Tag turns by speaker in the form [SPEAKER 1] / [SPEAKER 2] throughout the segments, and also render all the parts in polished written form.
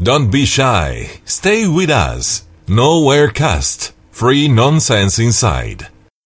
[SPEAKER 1] Don't be shy. Stay with us. Nowhere Cast. Free nonsense inside.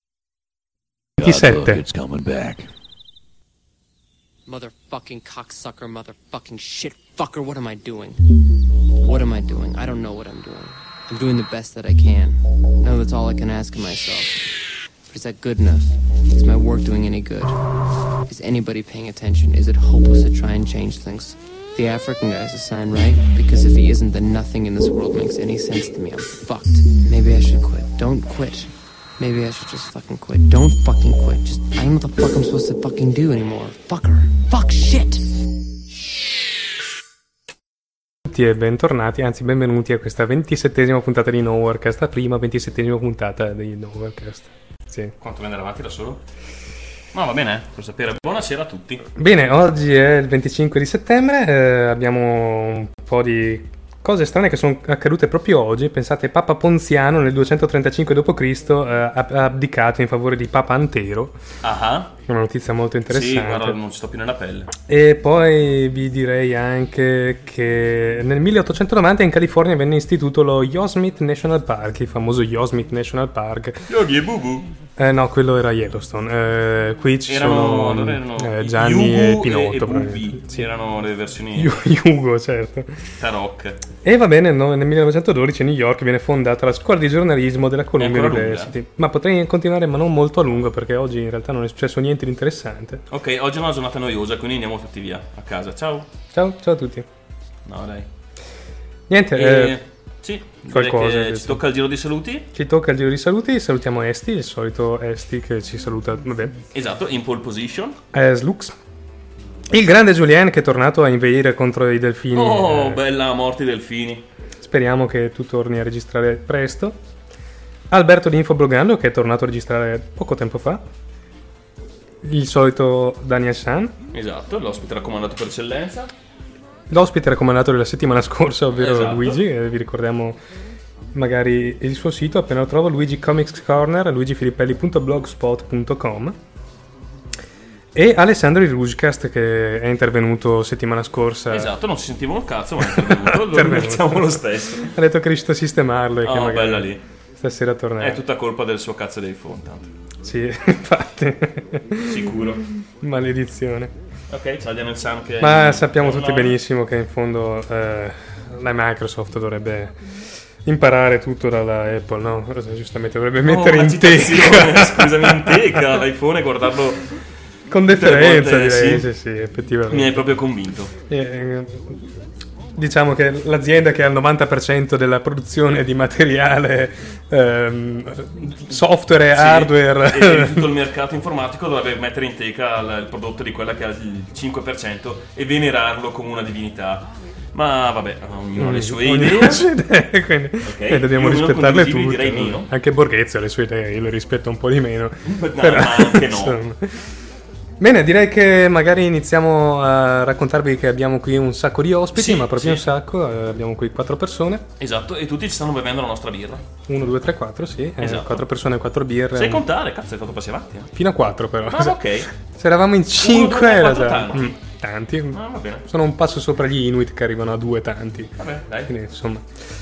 [SPEAKER 2] 27.
[SPEAKER 3] It's coming back.
[SPEAKER 4] Motherfucking cocksucker, motherfucking shit fucker, what am I doing? What am I doing? I don't know what I'm doing. I'm doing the best that I can. No, that's all I can ask of myself. But is that good enough? Is my work doing any good? Is anybody paying attention? Is it hopeless to try and change things? The African guy's a sign, right? Because if he isn't, then nothing in this world makes any sense to me. I'm fucked. Maybe I should quit. Don't quit. Maybe I should just fucking quit. Don't fucking quit. Just, I don't know what the fuck I'm supposed to fucking do anymore. Fucker. Fuck shit.
[SPEAKER 2] E bentornati, anzi benvenuti a questa 27esima puntata di Nowherecast, la prima 27esima puntata di Nowherecast. Sì.
[SPEAKER 5] Quanto viene avanti da solo? No, va bene, per sapere. Buonasera a tutti.
[SPEAKER 2] Bene, oggi è il 25 di settembre, abbiamo un po' di cose strane che sono accadute proprio oggi. Pensate, Papa Ponziano nel 235 d.C. Ha abdicato in favore di Papa Antero.
[SPEAKER 5] Ah.
[SPEAKER 2] Una notizia molto interessante.
[SPEAKER 5] Sì, guarda, non ci sto più nella pelle.
[SPEAKER 2] E poi vi direi anche che nel 1890 in California venne istituito lo Yosemite National Park, il famoso Yosemite National Park.
[SPEAKER 5] Yogi e Bubu.
[SPEAKER 2] No, quello era Yellowstone. Qui ci sono Gianni
[SPEAKER 5] Yugo
[SPEAKER 2] e Pinotto.
[SPEAKER 5] e Bubi. Sì. Erano le versioni
[SPEAKER 2] Yugo, certo.
[SPEAKER 5] Tarocche.
[SPEAKER 2] E va bene, no, nel 1912 a New York viene fondata la scuola di giornalismo della Columbia University. Ma potrei continuare, ma non molto a lungo, perché oggi in realtà non è successo niente di interessante.
[SPEAKER 5] Ok, oggi è una giornata noiosa, quindi andiamo fatti via a casa. Ciao.
[SPEAKER 2] Ciao a tutti.
[SPEAKER 5] No, dai.
[SPEAKER 2] Niente,
[SPEAKER 5] sì,
[SPEAKER 2] qualcosa.
[SPEAKER 5] Ci tocca il giro di saluti.
[SPEAKER 2] Ci tocca il giro di saluti. Salutiamo Esti, il solito Esti che ci saluta. Vabbè.
[SPEAKER 5] Esatto, in pole position.
[SPEAKER 2] Slux. Il grande Julien che è tornato a inveire contro i delfini.
[SPEAKER 5] Oh, bella morte i delfini.
[SPEAKER 2] Speriamo che tu torni a registrare presto. Alberto di Infoblogando che è tornato a registrare poco tempo fa. Il solito Daniel San.
[SPEAKER 5] Esatto, l'ospite raccomandato per eccellenza.
[SPEAKER 2] L'ospite raccomandato della settimana scorsa, ovvero
[SPEAKER 5] esatto.
[SPEAKER 2] Luigi, vi ricordiamo magari il suo sito appena lo trovo, Luigi Comics Corner, luigifilippelli.blogspot.com. E Alessandro di Rugecast che è intervenuto settimana scorsa.
[SPEAKER 5] Esatto, non si sentiva un cazzo, ma è intervenuto. Lo ringraziamo lo stesso.
[SPEAKER 2] Ha detto che è riuscito a sistemarlo e che magari
[SPEAKER 5] bella lì.
[SPEAKER 2] Stasera tornerà.
[SPEAKER 5] È tutta colpa del suo cazzo di iPhone, tanto.
[SPEAKER 2] Sì, infatti.
[SPEAKER 5] Sicuro.
[SPEAKER 2] Maledizione.
[SPEAKER 5] Ok, c'ha Daniel San che...
[SPEAKER 2] Ma sappiamo tutti benissimo che in fondo la Microsoft dovrebbe imparare tutto dalla Apple, no? Giustamente dovrebbe mettere in teca.
[SPEAKER 5] Scusami, in teca l'iPhone e guardarlo
[SPEAKER 2] con deferenza, direi.
[SPEAKER 5] Sì.
[SPEAKER 2] Sì, effettivamente.
[SPEAKER 5] Mi hai proprio convinto.
[SPEAKER 2] Diciamo che l'azienda che ha il 90% della produzione di materiale, software e hardware
[SPEAKER 5] e di tutto il mercato informatico dovrebbe mettere in teca il prodotto di quella che ha il 5% e venerarlo come una divinità. Ma vabbè, ognuno ha le sue idee,
[SPEAKER 2] quindi
[SPEAKER 5] okay.
[SPEAKER 2] Dobbiamo rispettarle tutte.
[SPEAKER 5] Direi meno.
[SPEAKER 2] Anche Borghezio ha le sue idee, io le rispetto un po' di meno.
[SPEAKER 5] No, però, ma anche no.
[SPEAKER 2] Insomma. Bene, direi che magari iniziamo a raccontarvi che abbiamo qui un sacco di ospiti, ma proprio un sacco, abbiamo qui 4 persone.
[SPEAKER 5] Esatto, e tutti ci stanno bevendo la nostra birra.
[SPEAKER 2] 1, 2, 3, 4, sì,
[SPEAKER 5] esatto.
[SPEAKER 2] 4 persone, 4 birre.
[SPEAKER 5] Sai contare, cazzo, hai fatto passi avanti.
[SPEAKER 2] Fino a 4 però.
[SPEAKER 5] Ah, ok.
[SPEAKER 2] Se eravamo in 5 era già
[SPEAKER 5] tanti.
[SPEAKER 2] Va
[SPEAKER 5] bene.
[SPEAKER 2] Sono un passo sopra gli Inuit che arrivano a 2 tanti.
[SPEAKER 5] Vabbè, dai.
[SPEAKER 2] Quindi, insomma...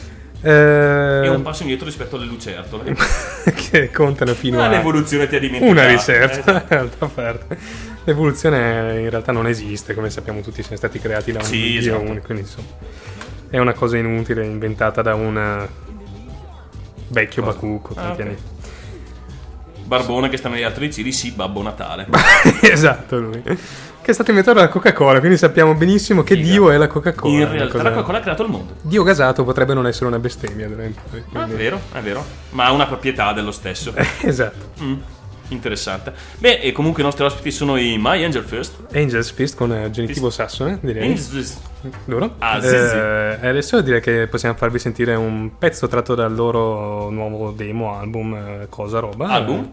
[SPEAKER 5] E un passo indietro rispetto alle lucertole
[SPEAKER 2] che contano fino
[SPEAKER 5] l'evoluzione ti ha dimenticato.
[SPEAKER 2] Una ricerca, d'altra parte. L'evoluzione in realtà non esiste, come sappiamo tutti, siamo stati creati da un dio unico, quindi insomma è una cosa inutile inventata da un vecchio bacucco.
[SPEAKER 5] Okay. Barbone che sta negli altri cieli, sì, Babbo Natale.
[SPEAKER 2] Esatto, lui. Che è stato inventato dalla Coca-Cola, quindi sappiamo benissimo che Dio è la Coca-Cola.
[SPEAKER 5] In realtà la Coca-Cola ha creato il mondo.
[SPEAKER 2] Dio gasato potrebbe non essere una bestemmia. Quindi...
[SPEAKER 5] È vero, ma ha una proprietà dello stesso.
[SPEAKER 2] Esatto.
[SPEAKER 5] Interessante. Beh, e comunque i nostri ospiti sono i My Angel First.
[SPEAKER 2] Angels Fist con genitivo sassone, direi.
[SPEAKER 5] Angels Fist.
[SPEAKER 2] Duro.
[SPEAKER 5] Sì.
[SPEAKER 2] Adesso direi che possiamo farvi sentire un pezzo tratto dal loro nuovo demo album, Cosa Roba.
[SPEAKER 5] Album.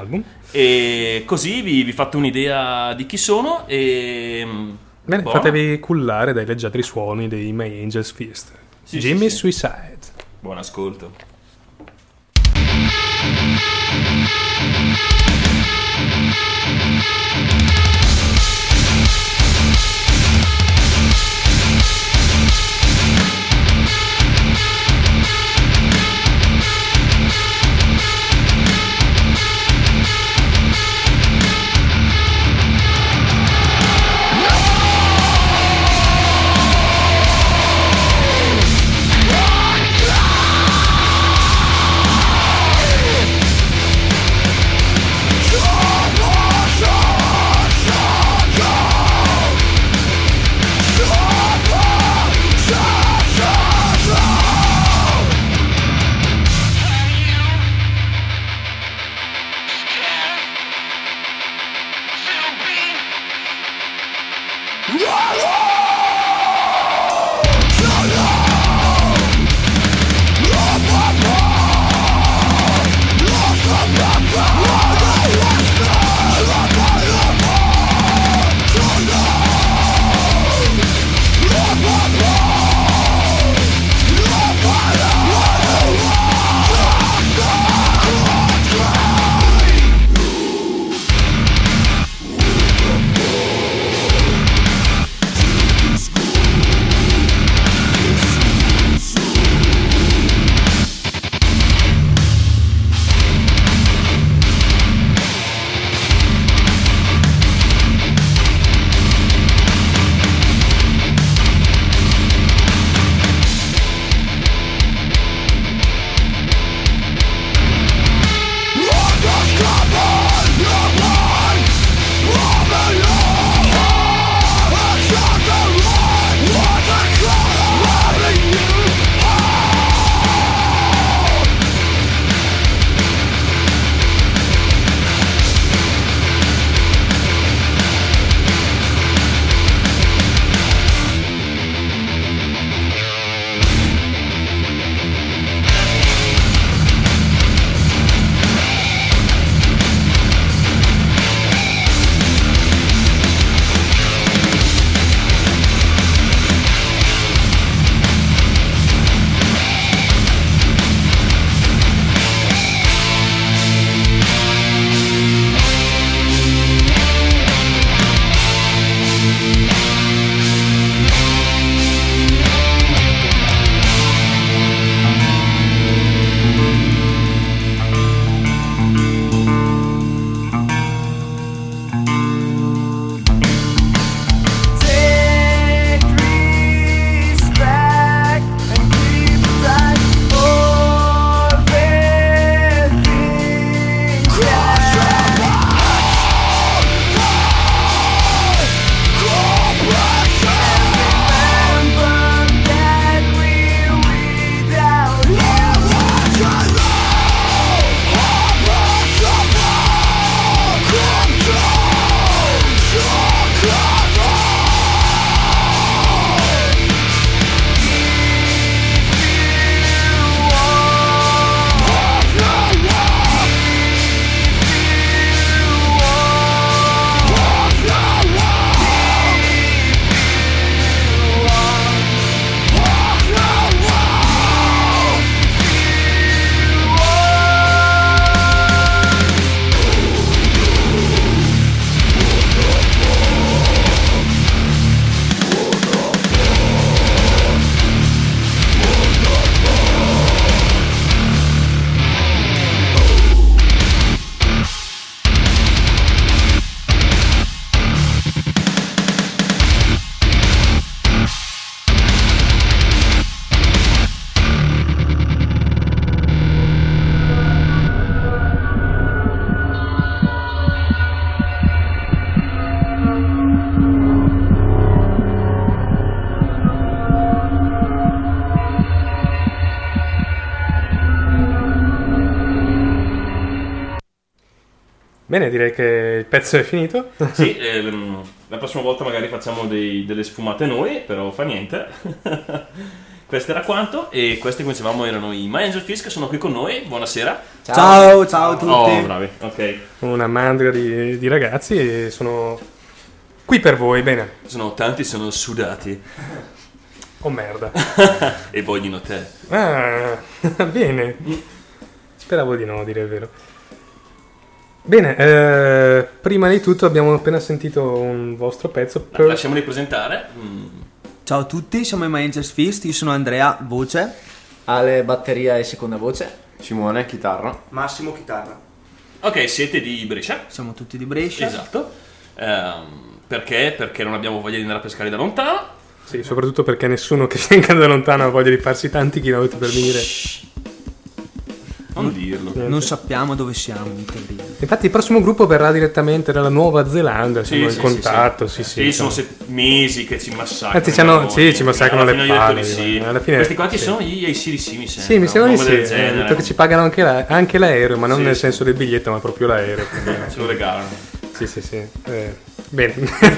[SPEAKER 5] E così vi fate un'idea di chi sono e...
[SPEAKER 2] Bene, fatevi cullare dai leggiadri suoni dei My Angels Fist. Jimmy Suicide.
[SPEAKER 5] Buon ascolto.
[SPEAKER 2] Bene, direi che il pezzo è finito.
[SPEAKER 5] Sì, la prossima volta magari facciamo delle sfumate noi, però fa niente. Questo era quanto, e questi, come dicevamo, erano i My Angel Fish che sono qui con noi. Buonasera.
[SPEAKER 3] Ciao a tutti.
[SPEAKER 5] Oh, bravi, ok.
[SPEAKER 2] Una mandria di ragazzi e sono qui per voi, bene.
[SPEAKER 5] Sono tanti, sono sudati
[SPEAKER 2] Oh merda.
[SPEAKER 5] e vogliono te.
[SPEAKER 2] Ah, bene. Speravo di no, a dire il vero. Bene, prima di tutto abbiamo appena sentito un vostro pezzo.
[SPEAKER 5] Lasciamoli presentare.
[SPEAKER 3] Ciao a tutti, siamo i My Angels Fist, io sono Andrea, voce.
[SPEAKER 6] Ale, batteria e seconda voce.
[SPEAKER 7] Simone, chitarra.
[SPEAKER 8] Massimo, chitarra.
[SPEAKER 5] Ok, siete di Brescia.
[SPEAKER 3] Siamo tutti di Brescia.
[SPEAKER 5] Esatto. Perché? Perché non abbiamo voglia di andare a pescare da lontano.
[SPEAKER 2] Sì, soprattutto perché nessuno che venga da lontano ha voglia di farsi tanti chilometri per venire.
[SPEAKER 5] Non dirlo.
[SPEAKER 3] Non sappiamo dove siamo in teoria.
[SPEAKER 2] Infatti il prossimo gruppo verrà direttamente dalla Nuova Zelanda, siamo in
[SPEAKER 5] sì,
[SPEAKER 2] contatto,
[SPEAKER 5] sì.
[SPEAKER 2] sì.
[SPEAKER 5] Sono mesi che ci massacrano.
[SPEAKER 2] Anzi, ci massacrano le palle.
[SPEAKER 5] Sì.
[SPEAKER 2] Alla fine,
[SPEAKER 5] questi qua
[SPEAKER 2] sì.
[SPEAKER 5] sono gli ACDC, mi sembra.
[SPEAKER 2] Sì, mi sembra di sì.
[SPEAKER 5] Del genere.
[SPEAKER 2] Perché ci pagano anche l'aereo, ma non
[SPEAKER 5] Sì,
[SPEAKER 2] nel
[SPEAKER 5] sì.
[SPEAKER 2] senso del biglietto, ma proprio l'aereo.
[SPEAKER 5] Ce lo regalano.
[SPEAKER 2] Sì. Bene.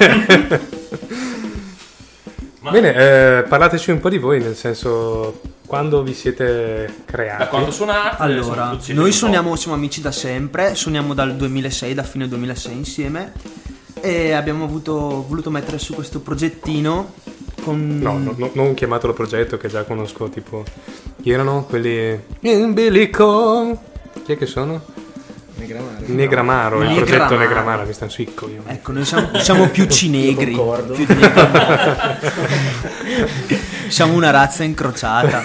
[SPEAKER 5] Ma
[SPEAKER 2] Bene, parlateci un po' di voi, nel senso, quando vi siete creati?
[SPEAKER 5] da quando suonate?
[SPEAKER 3] Allora, noi siamo amici da sempre, suoniamo dal 2006, da fine 2006 insieme, e abbiamo voluto mettere su questo progettino con...
[SPEAKER 2] No, non chiamatelo progetto, che già conosco, tipo, chi erano quelli in bilico? Chi è che sono? Negramaro, il progetto Negramaro, mi stanno sui coglioni.
[SPEAKER 3] Ecco, noi siamo più cinegri.
[SPEAKER 6] Concordo.
[SPEAKER 3] Più di negri. Siamo una razza incrociata.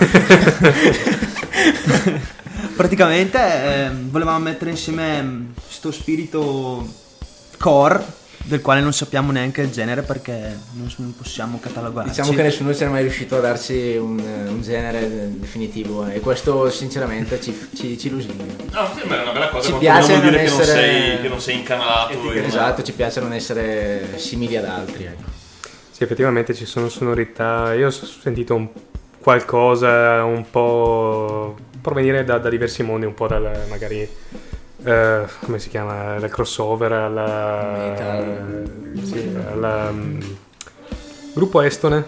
[SPEAKER 3] Praticamente volevamo mettere insieme sto spirito core, del quale non sappiamo neanche il genere perché non possiamo catalogarci.
[SPEAKER 6] Diciamo che nessuno ci è mai riuscito a darci un genere definitivo, e questo sinceramente ci lusinga.
[SPEAKER 5] No, sembra una bella cosa.
[SPEAKER 6] Ci
[SPEAKER 5] quando
[SPEAKER 6] piace
[SPEAKER 5] vuol dire
[SPEAKER 6] non essere-
[SPEAKER 5] che non sei incanalato.
[SPEAKER 6] Esatto, ci piace non essere simili ad altri, ecco.
[SPEAKER 2] Sì, effettivamente ci sono sonorità. Io ho sentito qualcosa un po' provenire da diversi mondi, un po' dal magari come si chiama? Dal crossover al gruppo estone.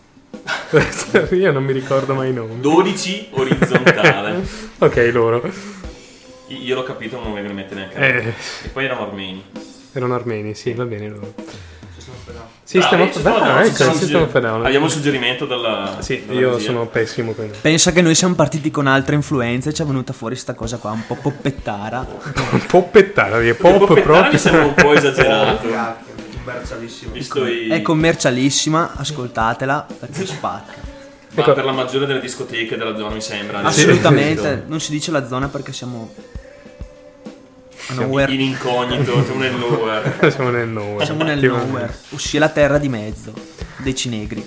[SPEAKER 2] Io non mi ricordo mai i nomi.
[SPEAKER 5] 12 orizzontale.
[SPEAKER 2] Ok, loro
[SPEAKER 5] Io l'ho capito, non mi viene in mente neanche a me. E poi erano armeni.
[SPEAKER 2] erano armeni, sì, va bene loro.
[SPEAKER 5] Bravi,
[SPEAKER 2] System of a Down.
[SPEAKER 5] Abbiamo un suggerimento dalla.
[SPEAKER 2] Sì,
[SPEAKER 5] dalla
[SPEAKER 2] io
[SPEAKER 5] regia.
[SPEAKER 2] sono pessimo con
[SPEAKER 3] Pensa che noi siamo partiti con altre influenze e ci è venuta fuori sta cosa qua, un po' poppettara.
[SPEAKER 2] poppettara,
[SPEAKER 5] Il
[SPEAKER 2] pop
[SPEAKER 5] poppettare
[SPEAKER 2] proprio.
[SPEAKER 5] mi sembra un po' esagerato.
[SPEAKER 8] Commercialissimo.
[SPEAKER 5] Visto
[SPEAKER 3] È commercialissima, ascoltatela perché spacca.
[SPEAKER 5] Ma
[SPEAKER 2] Ecco.
[SPEAKER 5] per la maggiore delle discoteche della zona mi sembra.
[SPEAKER 3] Assolutamente, non si dice la zona perché siamo nowhere.
[SPEAKER 5] In incognito, siamo nel nowhere.
[SPEAKER 2] Siamo nel nowhere.
[SPEAKER 3] Siamo nel nowhere, ossia la terra di mezzo dei cinegri.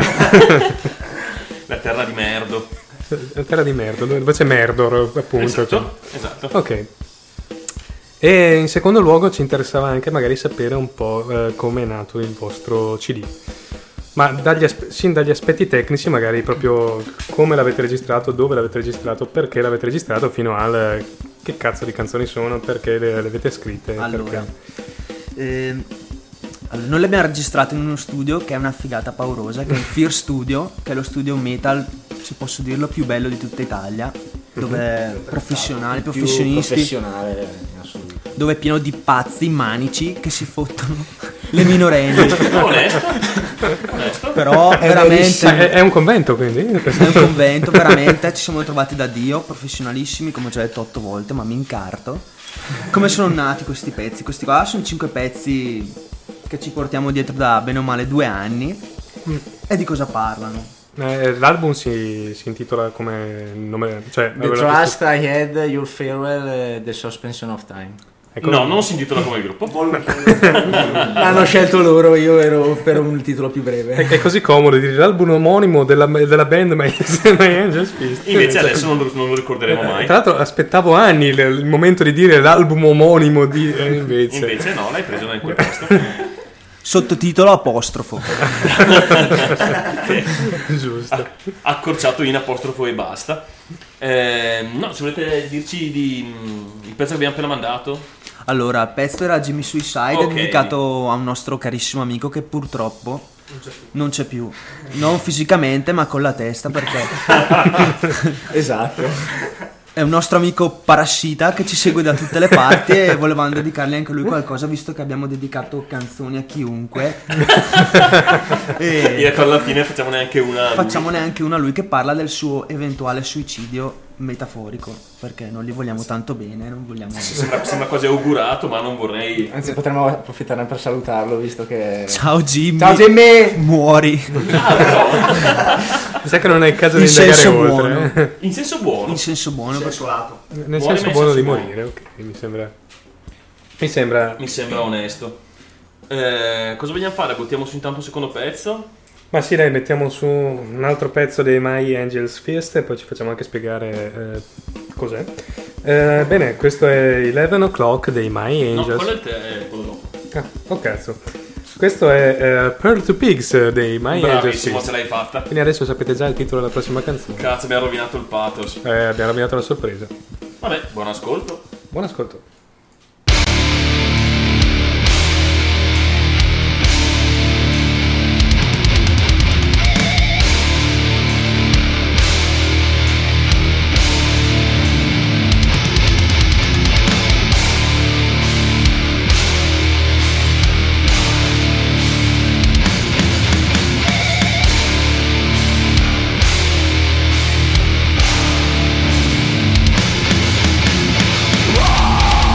[SPEAKER 5] La terra di merdo.
[SPEAKER 2] La terra di Merdor, dove c'è Merdor, appunto.
[SPEAKER 5] Esatto.
[SPEAKER 2] Ok. E in secondo luogo ci interessava anche magari sapere un po' come è nato il vostro CD. Ma sin dagli aspetti tecnici, magari proprio come l'avete registrato, dove l'avete registrato, perché l'avete registrato, fino al che cazzo di canzoni sono, perché le avete scritte.
[SPEAKER 3] Allora,
[SPEAKER 2] perché.
[SPEAKER 3] noi le abbiamo registrate in uno studio che è una figata paurosa, che è il Fear Studio, che è lo studio metal, se posso dirlo, più bello di tutta Italia, dove professionali,
[SPEAKER 6] Più
[SPEAKER 3] professionisti,
[SPEAKER 6] professionale in assoluto.
[SPEAKER 3] dove è pieno di pazzi manici che si fottono le minorenni.
[SPEAKER 5] Onesto.
[SPEAKER 3] Però veramente
[SPEAKER 2] È un convento, quindi?
[SPEAKER 3] è un convento, veramente ci siamo trovati da Dio, professionalissimi, come ho già detto 8 volte, ma mi incarto. Come sono nati questi pezzi? Questi qua sono 5 pezzi che ci portiamo dietro da bene o male 2 anni. E di cosa parlano?
[SPEAKER 2] L'album si intitola come nome, cioè
[SPEAKER 6] The Trust I Had, Your Farewell, The Suspension of Time.
[SPEAKER 2] ecco,
[SPEAKER 5] No, non si intitola come il gruppo.
[SPEAKER 6] L'hanno scelto loro, io ero per un titolo più breve.
[SPEAKER 2] è così comodo dire l'album omonimo della band My Angels Fist.
[SPEAKER 5] Invece adesso non lo ricorderemo mai.
[SPEAKER 2] Tra l'altro aspettavo anni il momento di dire l'album omonimo di invece.
[SPEAKER 5] Invece no, l'hai preso in quel posto.
[SPEAKER 3] Sottotitolo apostrofo.
[SPEAKER 2] Giusto.
[SPEAKER 5] Accorciato in apostrofo e basta. No, se volete dirci il pezzo che abbiamo appena mandato.
[SPEAKER 3] Allora, il pezzo era Jimmy Suicide,
[SPEAKER 5] Ok.
[SPEAKER 3] dedicato a un nostro carissimo amico che purtroppo non c'è più. Non fisicamente, ma con la testa, perché
[SPEAKER 6] Esatto.
[SPEAKER 3] è un nostro amico parassita che ci segue da tutte le parti e volevamo dedicargli anche a lui qualcosa, visto che abbiamo dedicato canzoni a chiunque.
[SPEAKER 5] E ecco, alla fine facciamo neanche una.
[SPEAKER 3] Facciamo neanche una a lui che parla del suo eventuale suicidio metaforico, perché non li vogliamo tanto bene, non vogliamo...
[SPEAKER 5] Sembra quasi augurato, ma non vorrei.
[SPEAKER 6] Anzi, potremmo approfittarne per salutarlo, visto che...
[SPEAKER 3] Ciao Jimmy!
[SPEAKER 6] Ciao Jimmy!
[SPEAKER 3] Muori!
[SPEAKER 2] Mi sa che non è il caso di
[SPEAKER 3] In
[SPEAKER 2] indagare
[SPEAKER 3] senso
[SPEAKER 2] oltre.
[SPEAKER 3] buono.
[SPEAKER 5] In senso buono.
[SPEAKER 3] In senso buono, perché
[SPEAKER 8] Solato.
[SPEAKER 2] Nel
[SPEAKER 5] Muori,
[SPEAKER 2] senso
[SPEAKER 5] ma in
[SPEAKER 2] buono di
[SPEAKER 5] senso buono.
[SPEAKER 2] morire, ok. Mi sembra.
[SPEAKER 5] Mi sembra onesto. Cosa vogliamo fare? Buttiamo su intanto un secondo pezzo.
[SPEAKER 2] Ma sì, dai, mettiamo su un altro pezzo dei My Angels Fist e poi ci facciamo anche spiegare cos'è. Bene, questo è 11 O'Clock dei My
[SPEAKER 5] No,
[SPEAKER 2] Angels.
[SPEAKER 5] quello è quello dopo.
[SPEAKER 2] Ah, oh cazzo. Questo è Pearl to Pigs dei My Angels
[SPEAKER 5] Bravissimo,
[SPEAKER 2] Fist.
[SPEAKER 5] ce l'hai fatta.
[SPEAKER 2] Quindi adesso sapete già il titolo della prossima canzone.
[SPEAKER 5] Cazzo, abbiamo rovinato il pathos.
[SPEAKER 2] Abbiamo rovinato la sorpresa.
[SPEAKER 5] Vabbè, buon ascolto.
[SPEAKER 2] Buon ascolto.
[SPEAKER 7] Whoa!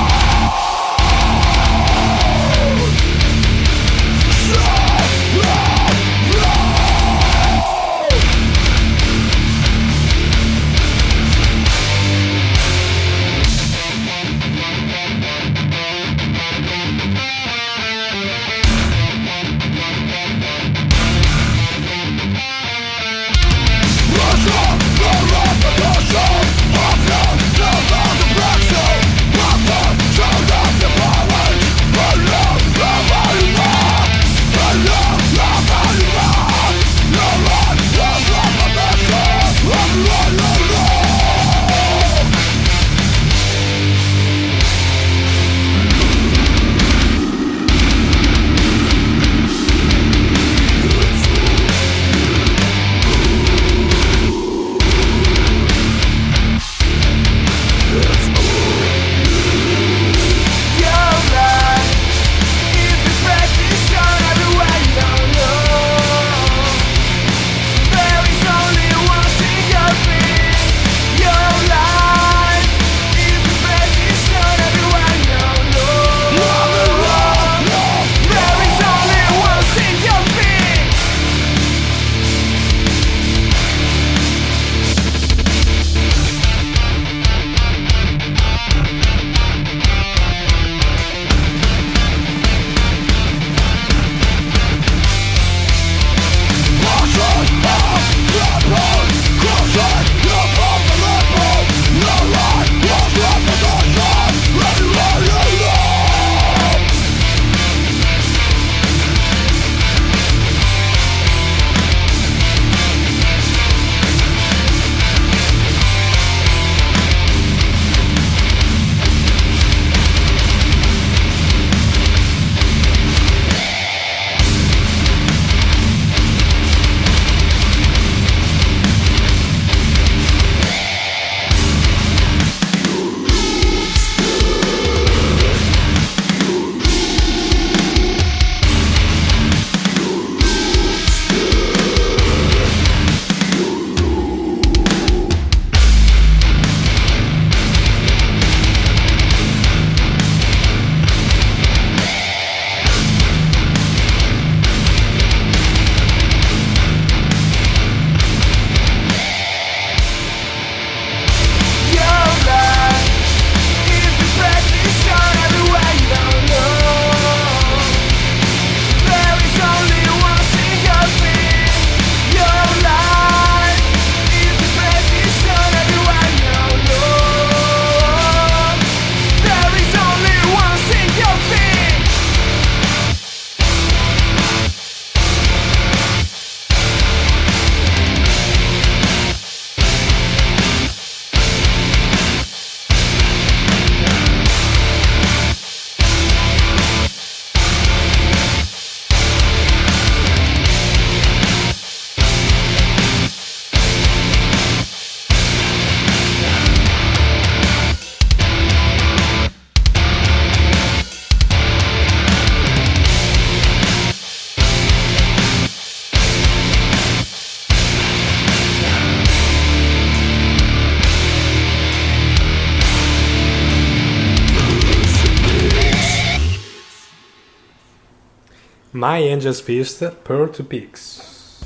[SPEAKER 2] My Angel's Fist, Pearl to Pigs.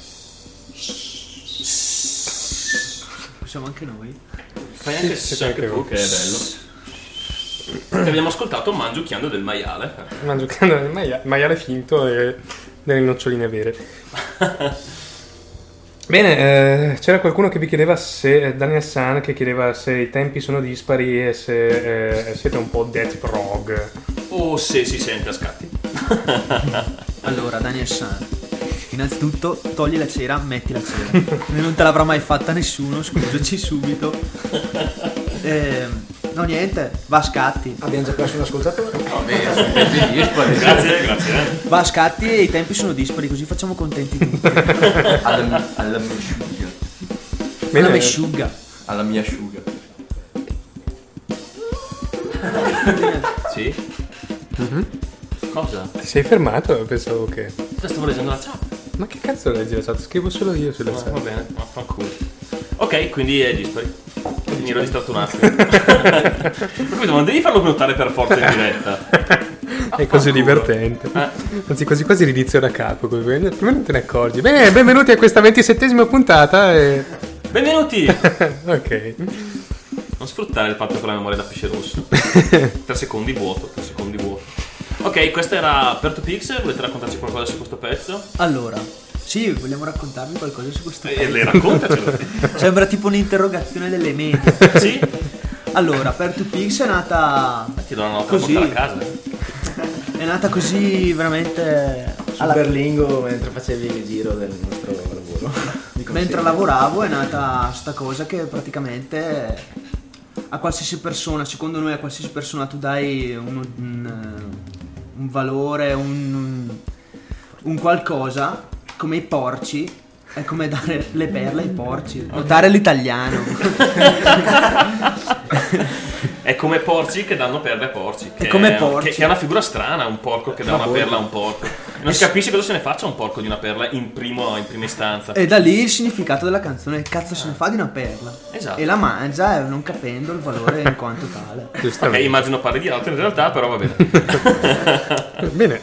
[SPEAKER 3] Possiamo anche noi?
[SPEAKER 5] Fai anche,
[SPEAKER 2] sì,
[SPEAKER 5] anche tu, che è bello. Che abbiamo ascoltato mangiucchiando del maiale.
[SPEAKER 2] Mangiando del maiale finto e delle noccioline vere. Bene, c'era qualcuno che vi chiedeva se, Daniel San, che chiedeva se i tempi sono dispari e se siete un po' death prog.
[SPEAKER 5] O se si sente a scatti.
[SPEAKER 3] Allora, Daniel San, innanzitutto togli la cera, metti la cera. Non te l'avrà mai fatta nessuno, scusaci subito. No, niente, va a scatti.
[SPEAKER 6] Abbiamo già perso un ascoltatore.
[SPEAKER 5] Grazie.
[SPEAKER 3] Va a scatti e i tempi sono dispari, così facciamo contenti tutti.
[SPEAKER 8] Alla mia asciuga.
[SPEAKER 3] Alla mesciuga.
[SPEAKER 8] Alla mia asciuga.
[SPEAKER 5] Sì? Cosa?
[SPEAKER 2] Ti sei fermato? Pensavo che...
[SPEAKER 5] Stavo leggendo la chat.
[SPEAKER 2] Ma che cazzo leggi la chat? Scrivo solo io sulla
[SPEAKER 5] Va
[SPEAKER 2] chat.
[SPEAKER 5] bene, vaffanculo. Ok, quindi è dispari. Mi ero distratto un attimo. Capito, non devi farlo notare per forza in diretta.
[SPEAKER 2] È così divertente. Anzi, quasi quasi l'inizio da capo. Prima non te ne accorgi. Bene, benvenuti a questa 27esima puntata.
[SPEAKER 5] Benvenuti!
[SPEAKER 2] Ok.
[SPEAKER 5] Non sfruttare il fatto che ho la memoria da pesce rosso. 3 secondi vuoto. Ok, questa era Pearl to Pigs. Volete raccontarci qualcosa su questo pezzo?
[SPEAKER 3] Allora, sì, vogliamo raccontarvi qualcosa su questo pezzo?
[SPEAKER 5] Le raccontacelo.
[SPEAKER 3] Sembra tipo un'interrogazione delle medie.
[SPEAKER 5] Sì?
[SPEAKER 3] Allora, Pearl to Pigs è nata
[SPEAKER 5] Ti do una nota
[SPEAKER 3] così.
[SPEAKER 5] da portare a casa.
[SPEAKER 3] È nata così veramente
[SPEAKER 6] Su Berlingo mentre facevi il giro del nostro lavoro.
[SPEAKER 3] mentre lavoravo è nata sta cosa che praticamente a qualsiasi persona, secondo noi a qualsiasi persona tu dai un valore, un qualcosa, come i porci, è come dare le perle ai porci, notare l'italiano.
[SPEAKER 5] È come porci che danno perle a porci.
[SPEAKER 3] È come porci.
[SPEAKER 5] Che è una figura strana, un porco che dà una perla a un porco. Non si capisce cosa se ne faccia un porco di una perla in prima istanza.
[SPEAKER 3] E da lì il significato della canzone, cazzo se ne fa di una perla.
[SPEAKER 5] Esatto.
[SPEAKER 3] E la mangia non capendo il valore in quanto tale.
[SPEAKER 5] Ok, immagino parli di altro in realtà, però va bene.
[SPEAKER 2] Bene.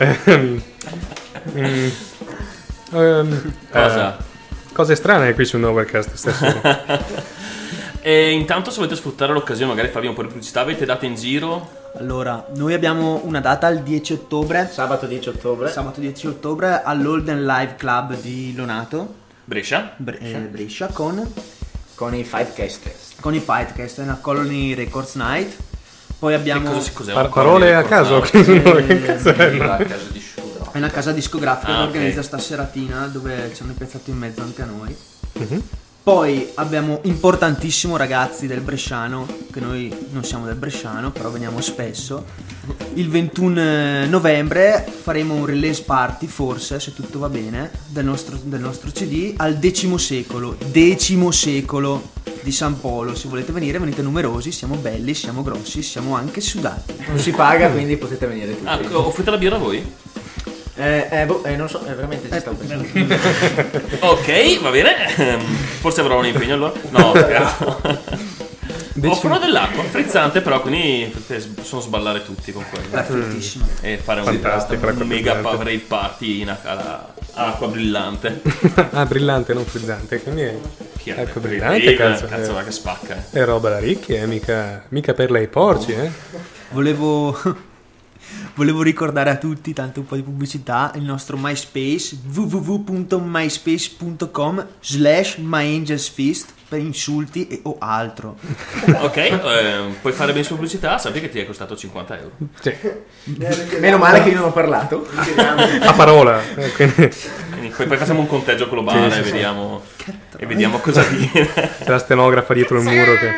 [SPEAKER 5] Cosa?
[SPEAKER 2] Cose strane qui su Novercast stasera.
[SPEAKER 5] E intanto se volete sfruttare l'occasione, magari farvi un po' di pubblicità, avete date in giro?
[SPEAKER 3] Allora, noi abbiamo una data il 10 ottobre.
[SPEAKER 6] Sabato 10 ottobre.
[SPEAKER 3] Sabato 10 ottobre all'Holden Live Club di Lonato,
[SPEAKER 5] Brescia?
[SPEAKER 3] Brescia, con
[SPEAKER 6] i Fightcast.
[SPEAKER 3] i Fightcast, è una Colony Records Night. Poi abbiamo
[SPEAKER 5] Cos'è?
[SPEAKER 2] Parole a caso. Che cazzo è?
[SPEAKER 8] La casa di Shura.
[SPEAKER 3] è una casa discografica
[SPEAKER 5] Ah,
[SPEAKER 3] che
[SPEAKER 5] ok.
[SPEAKER 3] organizza sta seratina dove ci hanno piazzato in mezzo anche a noi. Poi abbiamo importantissimo ragazzi del Bresciano, che noi non siamo del Bresciano, però veniamo spesso. Il 21 novembre faremo un release party, forse, se tutto va bene, del nostro CD al X secolo di San Polo. Se volete venire, venite numerosi, siamo belli, siamo grossi, siamo anche sudati.
[SPEAKER 6] Non si paga, quindi potete venire tutti.
[SPEAKER 5] Ah, offrite la birra a voi?
[SPEAKER 6] Non so, veramente ci stavo pensando.
[SPEAKER 5] Ok, va bene. Forse avrò un impegno allora. No, scherzo. Offrono dell'acqua, frizzante però, quindi possono sballare tutti con quello.
[SPEAKER 3] Perfettissimo.
[SPEAKER 5] E fare
[SPEAKER 2] Fantastico, l'acqua
[SPEAKER 5] un mega
[SPEAKER 2] frizzante.
[SPEAKER 5] rave party in acqua brillante.
[SPEAKER 2] Ah, brillante, non frizzante. Quindi
[SPEAKER 5] Chi è?
[SPEAKER 2] ecco, brillante, cazzo.
[SPEAKER 5] Cazzo, va che spacca.
[SPEAKER 2] È roba da ricchi, mica per lei porci,
[SPEAKER 3] Volevo ricordare a tutti, tanto un po' di pubblicità, il nostro MySpace, www.myspace.com/myangelsfist per insulti o altro.
[SPEAKER 5] Ok, puoi fare ben su pubblicità, sappi che ti è costato 50 euro.
[SPEAKER 2] Sì.
[SPEAKER 6] Meno male che io non ho parlato.
[SPEAKER 2] A parola. Quindi
[SPEAKER 5] Quindi poi facciamo un conteggio globale
[SPEAKER 2] Sì,
[SPEAKER 5] e
[SPEAKER 2] sì,
[SPEAKER 5] vediamo cosa viene.
[SPEAKER 2] c'è la stenografa dietro il muro che...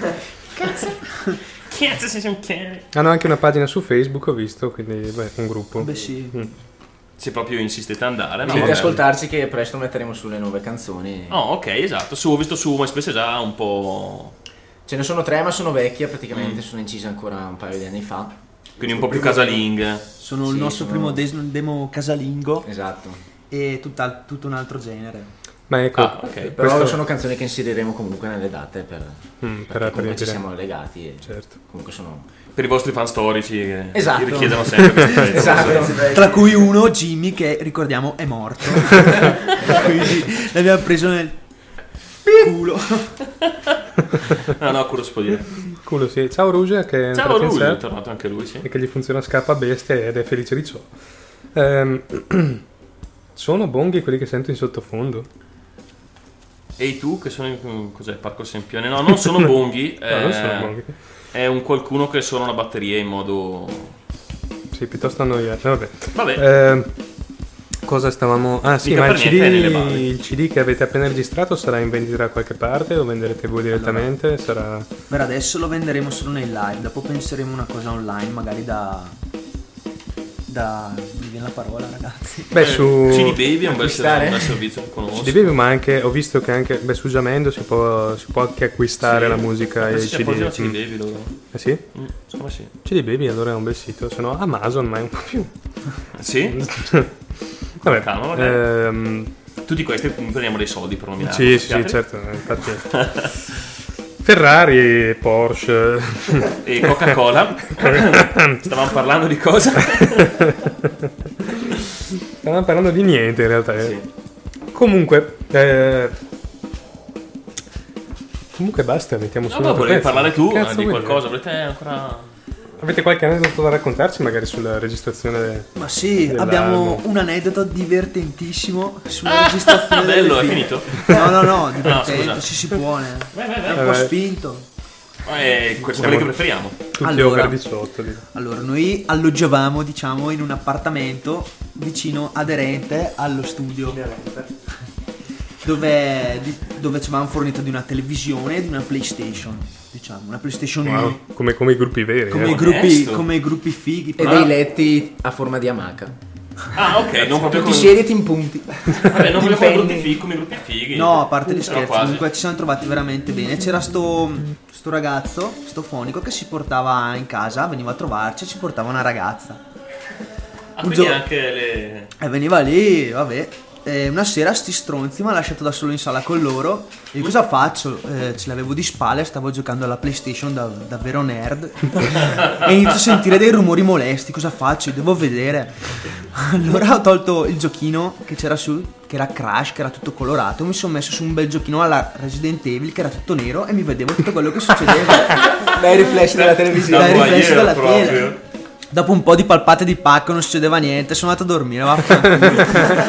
[SPEAKER 5] Cazzo, si sono chiari.
[SPEAKER 2] Hanno anche una pagina su Facebook, ho visto, quindi un gruppo.
[SPEAKER 3] Beh sì.
[SPEAKER 5] Se proprio insistete ad andare, no?
[SPEAKER 6] Potete
[SPEAKER 5] vabbè.
[SPEAKER 6] ascoltarci che presto metteremo sulle nuove canzoni.
[SPEAKER 5] Oh, ok, esatto. Ho visto su MySpace già un po'.
[SPEAKER 6] Ce ne sono 3 ma sono vecchie praticamente, sono incise ancora un paio di anni fa.
[SPEAKER 5] Quindi un po' più casalinghe.
[SPEAKER 3] Il nostro primo demo casalingo
[SPEAKER 6] Esatto.
[SPEAKER 3] e tutto un altro genere.
[SPEAKER 2] Ma ecco,
[SPEAKER 5] ok.
[SPEAKER 6] Però
[SPEAKER 2] questo-
[SPEAKER 6] sono canzoni che inseriremo comunque nelle date per
[SPEAKER 2] per
[SPEAKER 6] comunque ci
[SPEAKER 2] riempire.
[SPEAKER 6] siamo legati e
[SPEAKER 2] Certo.
[SPEAKER 6] comunque sono
[SPEAKER 5] Per i vostri fan storici che
[SPEAKER 6] Esatto.
[SPEAKER 5] vi richiedono sempre questi pezzi.
[SPEAKER 6] esatto.
[SPEAKER 3] Tra cui uno, Jimmy, che ricordiamo è morto. Quindi l'abbiamo preso nel culo.
[SPEAKER 5] No, quello si può dire.
[SPEAKER 2] Culo, sì. Ciao Rouge che è
[SPEAKER 5] Ciao
[SPEAKER 2] entrato in
[SPEAKER 5] Rudy, è
[SPEAKER 2] set
[SPEAKER 5] tornato anche lui, sì.
[SPEAKER 2] e che gli funziona scappa a bestia ed è felice di ciò. Sono Bonghi quelli che sento in sottofondo?
[SPEAKER 5] E tu che sono in cos'è, Parco Sempione? No, non sono Bonghi,
[SPEAKER 2] No, non sono Bonghi.
[SPEAKER 5] è un qualcuno che suona una batteria in modo...
[SPEAKER 2] Sì, piuttosto annoiato. Vabbè.
[SPEAKER 5] Vabbè,
[SPEAKER 2] Cosa stavamo... Ah sì,
[SPEAKER 5] Mica
[SPEAKER 2] ma
[SPEAKER 5] per niente è nelle mani.
[SPEAKER 2] il CD che avete appena registrato sarà in vendita da qualche parte? Lo venderete voi direttamente? Sarà...
[SPEAKER 3] Per adesso lo venderemo solo nei live. Dopo penseremo una cosa online, magari mi viene la parola, ragazzi.
[SPEAKER 2] Beh, su...
[SPEAKER 5] CD Baby è un bel
[SPEAKER 6] acquistare?
[SPEAKER 5] servizio che conosco.
[SPEAKER 2] CD Baby, ma anche ho visto che anche su Jamendo si può anche acquistare
[SPEAKER 5] Sì.
[SPEAKER 2] la musica e i
[SPEAKER 5] Forse si appoggiano
[SPEAKER 2] CD.
[SPEAKER 5] CD Baby loro.
[SPEAKER 2] Eh sì?
[SPEAKER 5] Secondo me sì.
[SPEAKER 2] CD Baby allora è un bel sito, se no Amazon ma è un po' più.
[SPEAKER 5] Sì?
[SPEAKER 2] Vabbè.
[SPEAKER 5] Calma, vabbè. Tutti questi prendiamo dei soldi per nominare.
[SPEAKER 2] Sì, sì, certo, infatti. Ferrari, Porsche.
[SPEAKER 5] E Coca-Cola. Stavamo parlando di cosa?
[SPEAKER 2] Stavamo parlando di niente in realtà.
[SPEAKER 5] Sì.
[SPEAKER 2] Comunque basta, mettiamo su
[SPEAKER 5] No,
[SPEAKER 2] un
[SPEAKER 5] ma
[SPEAKER 2] altro
[SPEAKER 5] volevi
[SPEAKER 2] pezzo.
[SPEAKER 5] parlare tu
[SPEAKER 2] Cazzo
[SPEAKER 5] di
[SPEAKER 2] vuoi
[SPEAKER 5] qualcosa?
[SPEAKER 2] dire?
[SPEAKER 5] Volete ancora...
[SPEAKER 2] Avete qualche aneddoto da raccontarci magari sulla registrazione?
[SPEAKER 3] Ma sì,
[SPEAKER 2] dell'album?
[SPEAKER 3] abbiamo un aneddoto divertentissimo sulla registrazione.
[SPEAKER 5] bello,
[SPEAKER 3] del
[SPEAKER 5] è
[SPEAKER 3] film.
[SPEAKER 5] finito?
[SPEAKER 3] No, divertente,
[SPEAKER 5] scusa.
[SPEAKER 3] si può, ne.
[SPEAKER 5] Vai.
[SPEAKER 3] È un po'
[SPEAKER 2] Vabbè.
[SPEAKER 3] spinto.
[SPEAKER 5] Sono quelli che preferiamo.
[SPEAKER 2] Tutti
[SPEAKER 3] Allora.
[SPEAKER 2] over 18 lì.
[SPEAKER 3] Allora, noi alloggiavamo, diciamo, in un appartamento vicino aderente allo studio. Dove ci avevamo fornito di una televisione e di una PlayStation. Diciamo, una PlayStation 1.
[SPEAKER 2] Wow, come i gruppi veri.
[SPEAKER 3] Come, i
[SPEAKER 5] Onesto.
[SPEAKER 3] come i gruppi fighi.
[SPEAKER 6] E
[SPEAKER 3] però-
[SPEAKER 6] dei letti a forma di amaca.
[SPEAKER 5] Ah, ok, non proprio
[SPEAKER 6] Tu
[SPEAKER 5] come...
[SPEAKER 6] ti siedi e ti impunti.
[SPEAKER 5] Vabbè, non proprio come
[SPEAKER 6] Impenni.
[SPEAKER 5] gruppi fighi.
[SPEAKER 3] No, a parte gli
[SPEAKER 5] Però
[SPEAKER 3] scherzi,
[SPEAKER 5] quasi.
[SPEAKER 3] comunque ci siamo trovati veramente bene. C'era sto ragazzo, sto fonico, che si portava in casa, veniva a trovarci e ci portava una ragazza.
[SPEAKER 5] Ah, quindi anche le...
[SPEAKER 3] E veniva lì, vabbè. E una sera sti stronzi mi ha lasciato da solo in sala con loro. E io cosa faccio? Ce l'avevo di spalle, stavo giocando alla PlayStation da vero nerd. E inizio a sentire dei rumori molesti. Cosa faccio? Devo vedere. Allora ho tolto il giochino che c'era su, che era Crash, che era tutto colorato. Mi sono messo su un bel giochino alla Resident Evil, che era tutto nero, e mi vedevo tutto quello che succedeva.
[SPEAKER 6] Dai riflessi della televisione.
[SPEAKER 3] Dai riflessi della
[SPEAKER 5] proprio.
[SPEAKER 3] tele. Dopo un po' di palpate di pacco non succedeva niente, sono andato a dormire, vaffanculo.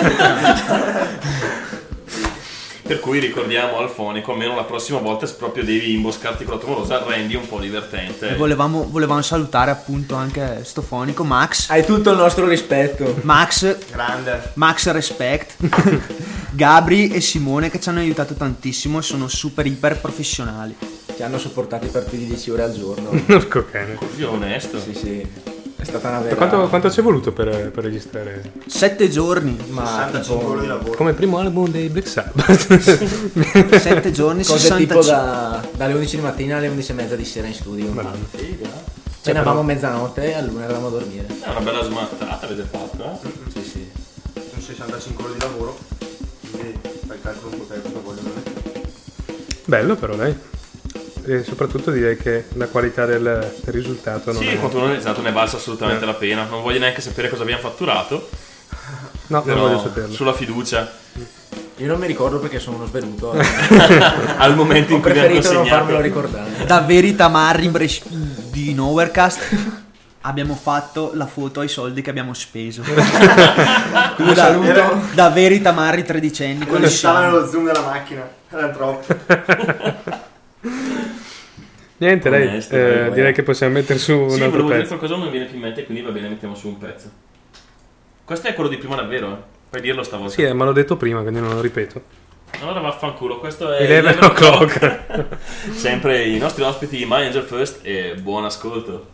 [SPEAKER 5] Per cui ricordiamo al fonico, almeno la prossima volta, se proprio devi imboscarti con la tua morosa, rendi un po' divertente.
[SPEAKER 3] E volevamo salutare appunto anche sto fonico Max.
[SPEAKER 6] Hai tutto il nostro rispetto.
[SPEAKER 3] Max
[SPEAKER 6] Grande.
[SPEAKER 3] Respect. Gabri e Simone, che ci hanno aiutato tantissimo e sono super iper professionali.
[SPEAKER 6] Ci hanno sopportati per più di 10 ore al giorno.
[SPEAKER 2] Porco cane.
[SPEAKER 5] Io onesto.
[SPEAKER 6] Sì, sì. È stata una
[SPEAKER 2] Ma
[SPEAKER 6] vera...
[SPEAKER 2] quanto ci è voluto per registrare?
[SPEAKER 3] 7 giorni.
[SPEAKER 6] Ma tipo
[SPEAKER 2] Come primo album dei Black Sabbath.
[SPEAKER 3] 7 giorni,
[SPEAKER 6] cose
[SPEAKER 3] 65.
[SPEAKER 6] tipo dalle 11 di mattina alle 11:30 di sera in studio. Cenavamo mezzanotte e all'1 eravamo a dormire.
[SPEAKER 5] È una bella smattata avete fatto, eh?
[SPEAKER 6] Sì, sì.
[SPEAKER 7] Sono 65 ore di lavoro, quindi fai il calcolo un po' te cosa vogliono.
[SPEAKER 2] Bello però dai. E soprattutto direi che la qualità del risultato non
[SPEAKER 5] Sì,
[SPEAKER 2] è...
[SPEAKER 5] quanto non esatto, ne valsa assolutamente la pena. Non voglio neanche sapere cosa abbiamo fatturato.
[SPEAKER 2] No, non
[SPEAKER 5] Però
[SPEAKER 2] voglio saperlo.
[SPEAKER 5] sulla fiducia.
[SPEAKER 6] Io non mi ricordo perché sono uno svenuto.
[SPEAKER 5] Al momento
[SPEAKER 6] Ho
[SPEAKER 5] in cui mi hanno
[SPEAKER 6] preferito non farmelo
[SPEAKER 5] consegnato.
[SPEAKER 6] ricordare.
[SPEAKER 3] Da veri tamarri di Nowherecast abbiamo fatto la foto ai soldi che abbiamo speso. Quindi da veri tamarri tredicenni.
[SPEAKER 7] Quelli stavano nello zoom della macchina, era troppo.
[SPEAKER 2] Niente dai,
[SPEAKER 5] Onesto, dai,
[SPEAKER 2] direi che possiamo mettere su un
[SPEAKER 5] Sì,
[SPEAKER 2] altro
[SPEAKER 5] volevo dire
[SPEAKER 2] pezzo.
[SPEAKER 5] qualcosa, non mi viene più in mente, quindi va bene, mettiamo su un pezzo. Questo è quello di prima davvero, eh? Puoi dirlo stavolta.
[SPEAKER 2] Sì, ma l'ho detto prima, quindi non lo ripeto.
[SPEAKER 5] Allora vaffanculo, questo è
[SPEAKER 2] 11 o'clock.
[SPEAKER 5] Sempre i nostri ospiti My Angel First e buon ascolto.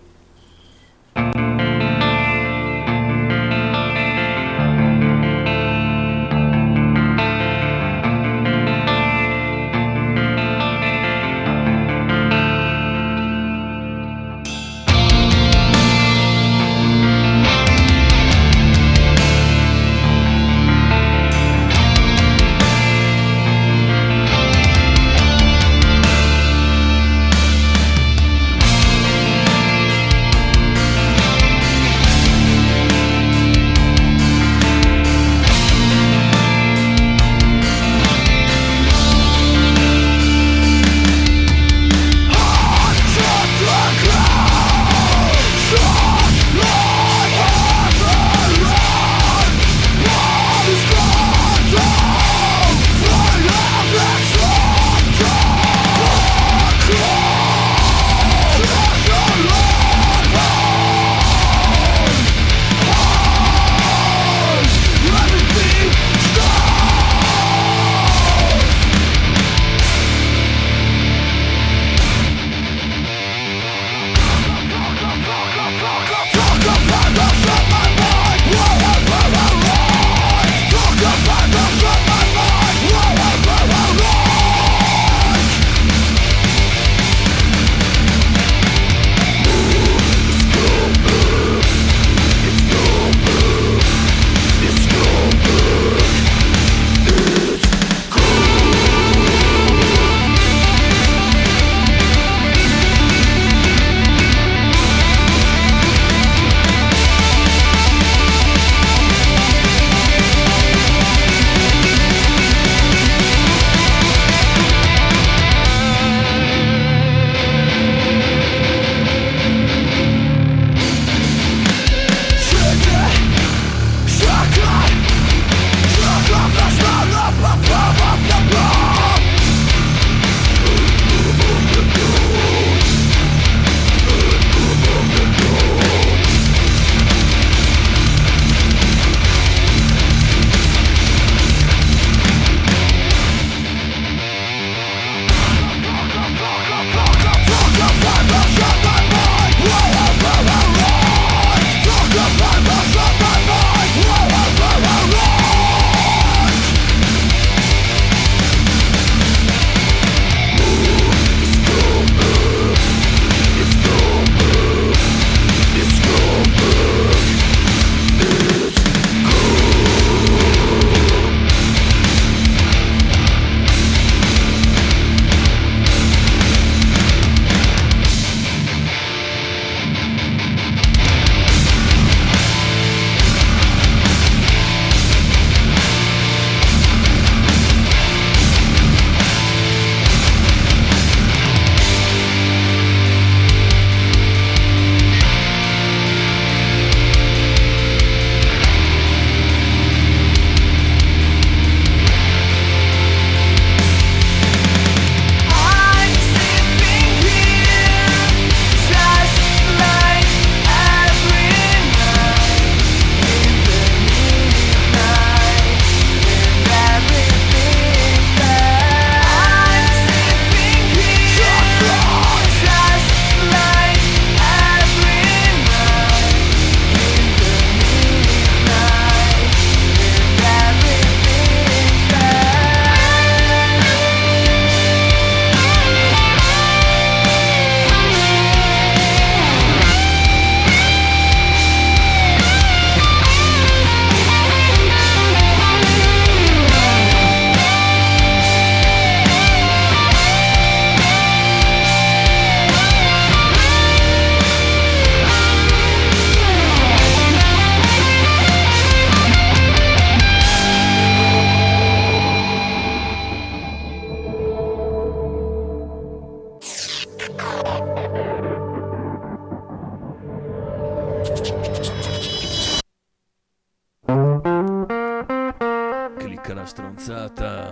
[SPEAKER 5] Clicca la stronzata.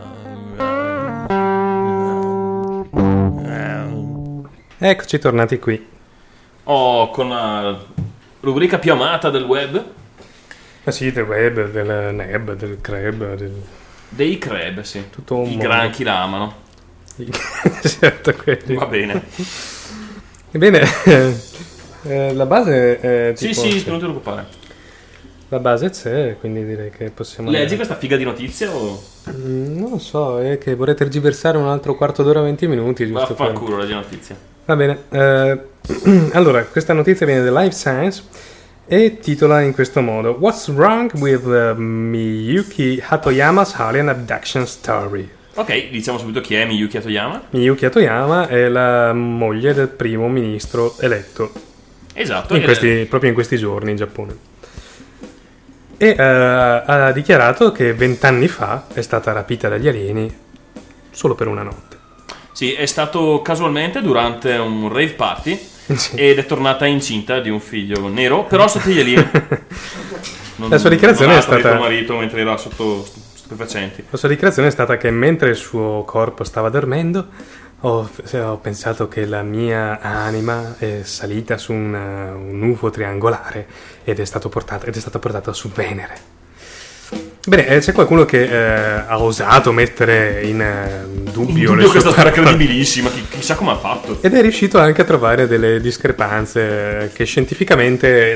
[SPEAKER 2] Eccoci tornati qui.
[SPEAKER 5] Oh, con la rubrica più amata del web.
[SPEAKER 2] Ah sì, del web, del neb, del creb,
[SPEAKER 5] Dei crab, sì.
[SPEAKER 2] tutto un
[SPEAKER 5] I
[SPEAKER 2] mondo.
[SPEAKER 5] granchi la amano.
[SPEAKER 2] Certo, quelli.
[SPEAKER 5] Va bene.
[SPEAKER 2] Ebbene, la base è
[SPEAKER 5] Sì,
[SPEAKER 2] tipo,
[SPEAKER 5] sì, non ti preoccupare.
[SPEAKER 2] la base c'è, quindi direi che possiamo...
[SPEAKER 5] Leggi questa figa di notizia o...
[SPEAKER 2] Non lo so, è che vorrei tergiversare un altro quarto d'ora, 20 minuti, giusto per...
[SPEAKER 5] Vaffanculo, leggi notizia.
[SPEAKER 2] Va bene, allora, questa notizia viene da Life Science e titola in questo modo: What's wrong with Miyuki Hatoyama's alien abduction story?
[SPEAKER 5] Ok, diciamo subito chi è Miyuki Hatoyama.
[SPEAKER 2] Miyuki Hatoyama è la moglie del primo ministro eletto
[SPEAKER 5] Esatto.
[SPEAKER 2] proprio in questi giorni in Giappone. E ha dichiarato che 20 anni fa è stata rapita dagli alieni solo per una notte.
[SPEAKER 5] Sì, è stato casualmente durante un rave party
[SPEAKER 2] Sì.
[SPEAKER 5] ed è tornata incinta di un figlio nero, però sotto gli alieni.
[SPEAKER 2] La sua dichiarazione
[SPEAKER 5] non
[SPEAKER 2] è
[SPEAKER 5] ha tradito
[SPEAKER 2] stata-
[SPEAKER 5] il marito mentre era sotto stupefacenti.
[SPEAKER 2] La sua dichiarazione è stata che mentre il suo corpo stava dormendo ho pensato che la mia anima è salita su un UFO triangolare ed è stata portata su Venere. Bene, c'è qualcuno che ha osato mettere in dubbio le sue
[SPEAKER 5] questa storia
[SPEAKER 2] parole.
[SPEAKER 5] credibilissima, chissà come ha fatto.
[SPEAKER 2] Ed è riuscito anche a trovare delle discrepanze che scientificamente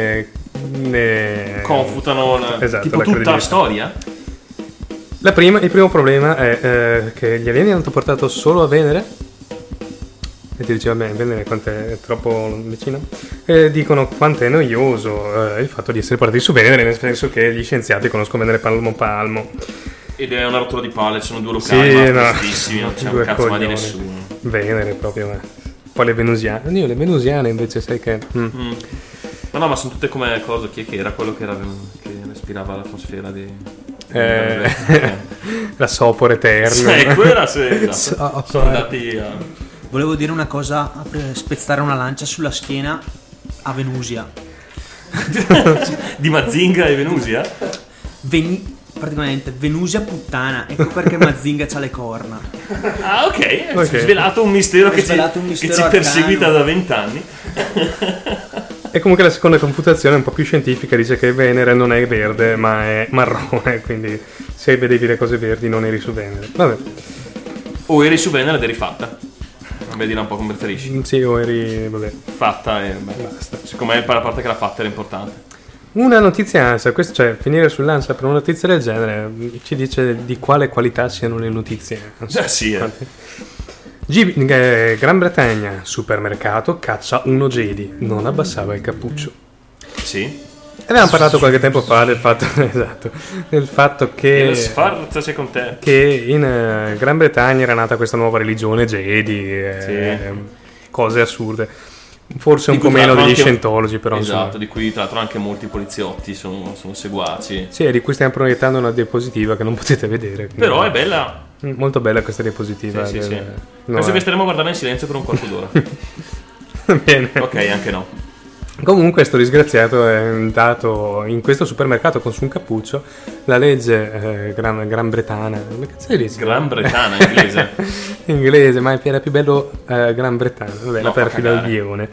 [SPEAKER 2] ne
[SPEAKER 5] Confutano
[SPEAKER 2] Esatto,
[SPEAKER 5] tipo
[SPEAKER 2] la
[SPEAKER 5] tutta la
[SPEAKER 2] credibilità.
[SPEAKER 5] storia.
[SPEAKER 2] Il primo problema è che gli alieni hanno portato solo a Venere. E ti diceva, beh, Venere è troppo vicino. E dicono quanto è noioso il fatto di essere partiti su Venere, nel senso che gli scienziati conoscono Venere palmo palmo.
[SPEAKER 5] Ed è una rottura di palle, ci sono due locali
[SPEAKER 2] Sì,
[SPEAKER 5] ma
[SPEAKER 2] no.
[SPEAKER 5] tristissimi, non c'è
[SPEAKER 2] Due
[SPEAKER 5] un cazzo mai di
[SPEAKER 2] coglioni.
[SPEAKER 5] nessuno.
[SPEAKER 2] Venere proprio, poi le venusiane. Io le venusiane invece sai che...
[SPEAKER 5] No, ma sono tutte come cosa, chi è che era quello che respirava l'atmosfera di...
[SPEAKER 2] la sopor eterna.
[SPEAKER 5] Ecco, era esatto.
[SPEAKER 2] Sopor.
[SPEAKER 5] Sono andati a...
[SPEAKER 3] Volevo dire una cosa, spezzare una lancia sulla schiena a Venusia.
[SPEAKER 5] di Mazinga e Venusia?
[SPEAKER 3] Praticamente Venusia puttana, ecco perché Mazinga c'ha le corna.
[SPEAKER 5] Ah, ok,
[SPEAKER 2] Ok.
[SPEAKER 5] svelato un mistero, che,
[SPEAKER 3] svelato un
[SPEAKER 5] che
[SPEAKER 3] mistero
[SPEAKER 5] ci
[SPEAKER 3] arcano.
[SPEAKER 5] perseguita da 20 anni.
[SPEAKER 2] E comunque la seconda confutazione, un po' più scientifica, dice che Venere non è verde ma è marrone, quindi se vedevi le cose verdi non eri su Venere. Vabbè,
[SPEAKER 5] O eri su Venere ed eri fatta. Vedila un po' come preferisci.
[SPEAKER 2] sì, o eri... vabbè.
[SPEAKER 5] Fatta e basta. Secondo me la parte che l'ha fatta era importante.
[SPEAKER 2] Una notizia ANSA, questo, cioè finire sull'ANSA per una notizia del genere ci dice di quale qualità siano le notizie.
[SPEAKER 5] Sì,
[SPEAKER 2] Gran Bretagna, supermercato caccia uno Jedi, non abbassava il cappuccio.
[SPEAKER 5] Sì.
[SPEAKER 2] Avevamo parlato qualche tempo fa del fatto, esatto, del fatto
[SPEAKER 5] E la
[SPEAKER 2] che...
[SPEAKER 5] sfarza c'è con te.
[SPEAKER 2] che in Gran Bretagna era nata questa nuova religione Jedi, cose assurde, forse un
[SPEAKER 5] Di
[SPEAKER 2] po'
[SPEAKER 5] cui tra
[SPEAKER 2] meno
[SPEAKER 5] l'altro
[SPEAKER 2] degli
[SPEAKER 5] anche-
[SPEAKER 2] scientologi, però
[SPEAKER 5] Esatto,
[SPEAKER 2] insomma.
[SPEAKER 5] di cui tra l'altro anche molti poliziotti sono seguaci.
[SPEAKER 2] Sì, e di cui stiamo proiettando una diapositiva che non potete vedere. quindi-
[SPEAKER 5] Però è bella.
[SPEAKER 2] molto bella questa diapositiva.
[SPEAKER 5] Sì, sì.
[SPEAKER 2] No,
[SPEAKER 5] Penso che staremo a guardarla in silenzio per un quarto d'ora.
[SPEAKER 2] Bene.
[SPEAKER 5] Ok, anche no.
[SPEAKER 2] Comunque sto disgraziato è andato in questo supermercato con su un cappuccio la legge Gran Bretagna. Come cazzo dici?
[SPEAKER 5] Gran Bretagna, inglese.
[SPEAKER 2] Inglese, ma era più bello Gran Bretagna. Vabbè,
[SPEAKER 5] No,
[SPEAKER 2] la
[SPEAKER 5] fa
[SPEAKER 2] perfida
[SPEAKER 5] cagare.
[SPEAKER 2] Lione.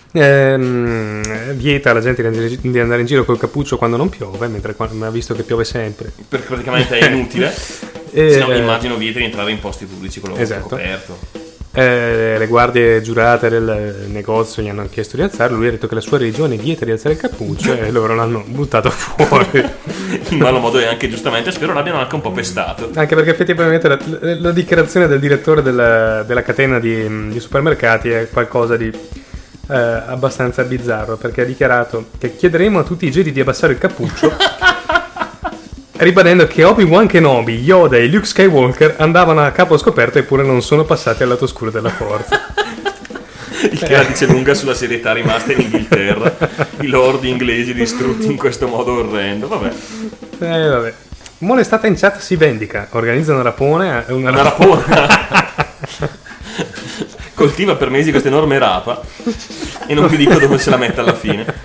[SPEAKER 2] Vieta alla gente di andare in giro col cappuccio quando non piove, mentre ha visto che piove sempre.
[SPEAKER 5] Perché praticamente è inutile.
[SPEAKER 2] E,
[SPEAKER 5] Se no, immagino vieta di entrare in posti pubblici con lo
[SPEAKER 2] Esatto.
[SPEAKER 5] coperto.
[SPEAKER 2] Le guardie giurate del negozio gli hanno chiesto di alzarlo. Lui ha detto che la sua religione vieta di alzare il cappuccio e loro l'hanno buttato fuori.
[SPEAKER 5] In malo modo e anche giustamente, spero l'abbiano anche un po' pestato.
[SPEAKER 2] Anche perché effettivamente la dichiarazione del direttore della catena di supermercati è qualcosa di abbastanza bizzarro, perché ha dichiarato che chiederemo a tutti i Jedi di abbassare il cappuccio ribadendo che Obi-Wan Kenobi, Yoda e Luke Skywalker andavano a capo scoperto eppure non sono passati al lato oscuro della forza.
[SPEAKER 5] Il che la dice lunga sulla serietà rimasta in Inghilterra. I lord inglesi distrutti in questo modo orrendo. Vabbè.
[SPEAKER 2] Vabbè. Molestata in chat si vendica, organizza una rapone.
[SPEAKER 5] Una rapona. coltiva per mesi questa enorme rapa e non vi dico dove se la mette alla fine.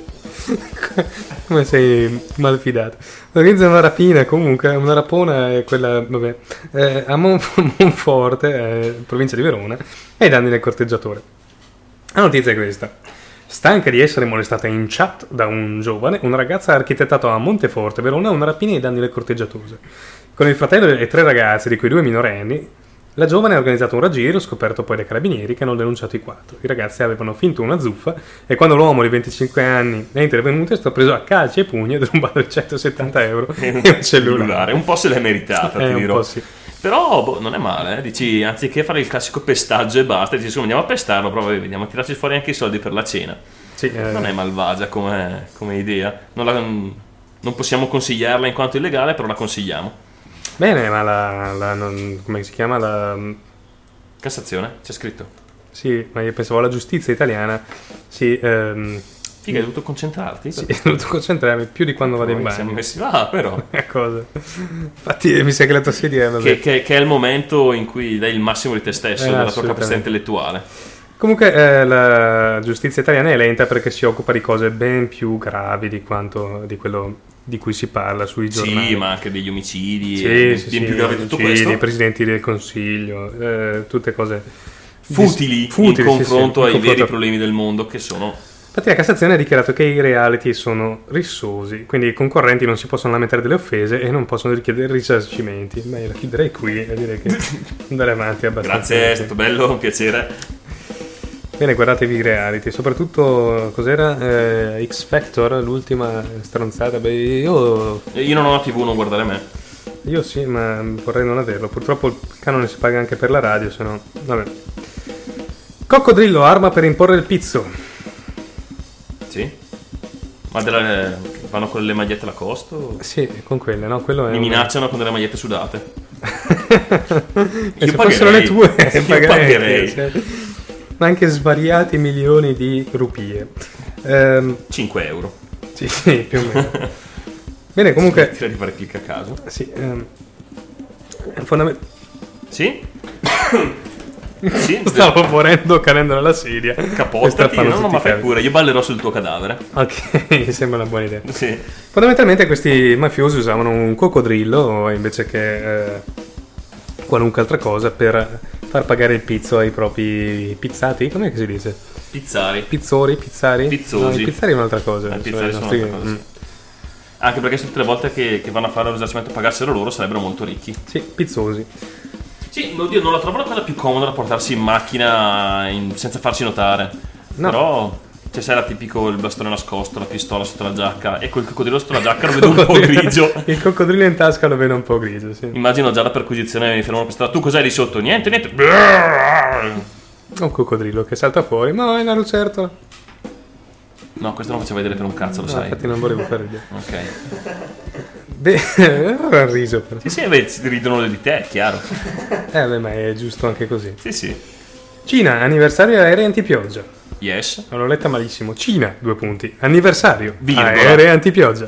[SPEAKER 2] Come sei malfidato. Organizza una rapina, comunque, una rapona è quella, vabbè, a Monforte, provincia di Verona, e ai danni del corteggiatore. La notizia è questa. Stanca di essere molestata in chat da un giovane, una ragazza ha architettato a Monteforte, Verona, una rapina ai danni del corteggiatore. Con il fratello e 3 ragazzi, di cui 2 minorenni, la giovane ha organizzato un raggiro, scoperto poi dai carabinieri che hanno denunciato i 4. I ragazzi avevano finto una zuffa e quando l'uomo di 25 anni è intervenuto è stato preso a calci e pugni e derubato 170 euro e un cellulare.
[SPEAKER 5] Un po' se l'è meritata, ti dirò.
[SPEAKER 2] Un po' sì.
[SPEAKER 5] Però non è male, Dici, anziché fare il classico pestaggio e basta, dici andiamo a pestarlo, però vediamo a tirarci fuori anche i soldi per la cena.
[SPEAKER 2] Sì,
[SPEAKER 5] non è malvagia come idea, non possiamo consigliarla in quanto illegale, però la consigliamo.
[SPEAKER 2] Bene, ma come si chiama?
[SPEAKER 5] Cassazione, c'è scritto.
[SPEAKER 2] Sì, ma io pensavo alla giustizia italiana. Sì,
[SPEAKER 5] Figa, hai dovuto concentrarti?
[SPEAKER 2] Sì, ho dovuto concentrarmi più di quando vado in bagno.
[SPEAKER 5] Siamo messi là, però.
[SPEAKER 2] Cosa? Infatti mi sa che la tua sedia è...
[SPEAKER 5] Che è il momento in cui dai il massimo di te stesso, della tua capacità intellettuale.
[SPEAKER 2] Comunque la giustizia italiana è lenta perché si occupa di cose ben più gravi di quello di cui si parla sui giornali.
[SPEAKER 5] Sì, ma anche degli omicidi,
[SPEAKER 2] sì,
[SPEAKER 5] più gravi di tutto questo.
[SPEAKER 2] I presidenti del consiglio, tutte cose
[SPEAKER 5] futili in confronto ai veri problemi del mondo che sono...
[SPEAKER 2] Infatti la Cassazione ha dichiarato che i reality sono rissosi, quindi i concorrenti non si possono lamentare delle offese e non possono richiedere risarcimenti. Ma io la chiuderei qui e direi che andare avanti è abbastanza.
[SPEAKER 5] Grazie, è stato bello, un piacere.
[SPEAKER 2] Bene, guardatevi i reality, soprattutto cos'era? X Factor, l'ultima stronzata. Beh, io
[SPEAKER 5] non ho la TV, non guardare me.
[SPEAKER 2] Io sì, ma vorrei non averlo. Purtroppo il canone si paga anche per la radio, se no... Vabbè. Coccodrillo, arma per imporre il pizzo.
[SPEAKER 5] Sì? Ma vanno con le magliette Lacoste?
[SPEAKER 2] Sì, con quelle, no? Quello è
[SPEAKER 5] mi minacciano con delle magliette sudate.
[SPEAKER 2] E se fossero le tue,
[SPEAKER 5] pagherei.
[SPEAKER 2] Ma anche svariati milioni di rupie.
[SPEAKER 5] 5 euro.
[SPEAKER 2] Sì, più o meno. Bene, comunque...
[SPEAKER 5] Tira di fare clic a caso.
[SPEAKER 2] Sì.
[SPEAKER 5] Sì? Sì,
[SPEAKER 2] stavo morendo cadendo nella sedia.
[SPEAKER 5] Capottati, no, ma fai pure, io ballerò sul tuo cadavere.
[SPEAKER 2] Ok, mi sembra una buona idea.
[SPEAKER 5] Sì.
[SPEAKER 2] Fondamentalmente questi mafiosi usavano un coccodrillo invece che qualunque altra cosa per far pagare il pizzo ai propri pizzati, com'è che si dice?
[SPEAKER 5] Pizzari.
[SPEAKER 2] Pizzori, pizzari?
[SPEAKER 5] Pizzosi.
[SPEAKER 2] No, i pizzari è un'altra cosa.
[SPEAKER 5] I pizzari sono un'altra cosa, sì. Anche perché tutte le volte che vanno a fare il risarcimento e pagassero loro sarebbero molto ricchi.
[SPEAKER 2] Sì, pizzosi.
[SPEAKER 5] Sì, oddio, non la trovo la cosa più comoda da portarsi in macchina senza farsi notare. No. Però c'è sai il bastone nascosto, la pistola sotto la giacca e quel coccodrillo sotto la giacca lo vedo un po' grigio.
[SPEAKER 2] Il coccodrillo in tasca lo vedo un po' grigio, sì.
[SPEAKER 5] Immagino già la perquisizione, mi fermo la pistola. Tu cos'hai di sotto? Niente.
[SPEAKER 2] Un coccodrillo che salta fuori, ma è una lucertola.
[SPEAKER 5] No, questo non faceva vedere per un cazzo, lo sai.
[SPEAKER 2] Infatti non volevo fare idea.
[SPEAKER 5] Ok.
[SPEAKER 2] Beh, aveva riso però.
[SPEAKER 5] Sì, ridono di te, è chiaro.
[SPEAKER 2] Beh, ma è giusto anche così.
[SPEAKER 5] Sì.
[SPEAKER 2] Cina, anniversario aerei antipioggia.
[SPEAKER 5] Yes.
[SPEAKER 2] L'ho letta malissimo. Cina, 2 punti. Anniversario.
[SPEAKER 5] Virgola.
[SPEAKER 2] Aerei antipioggia.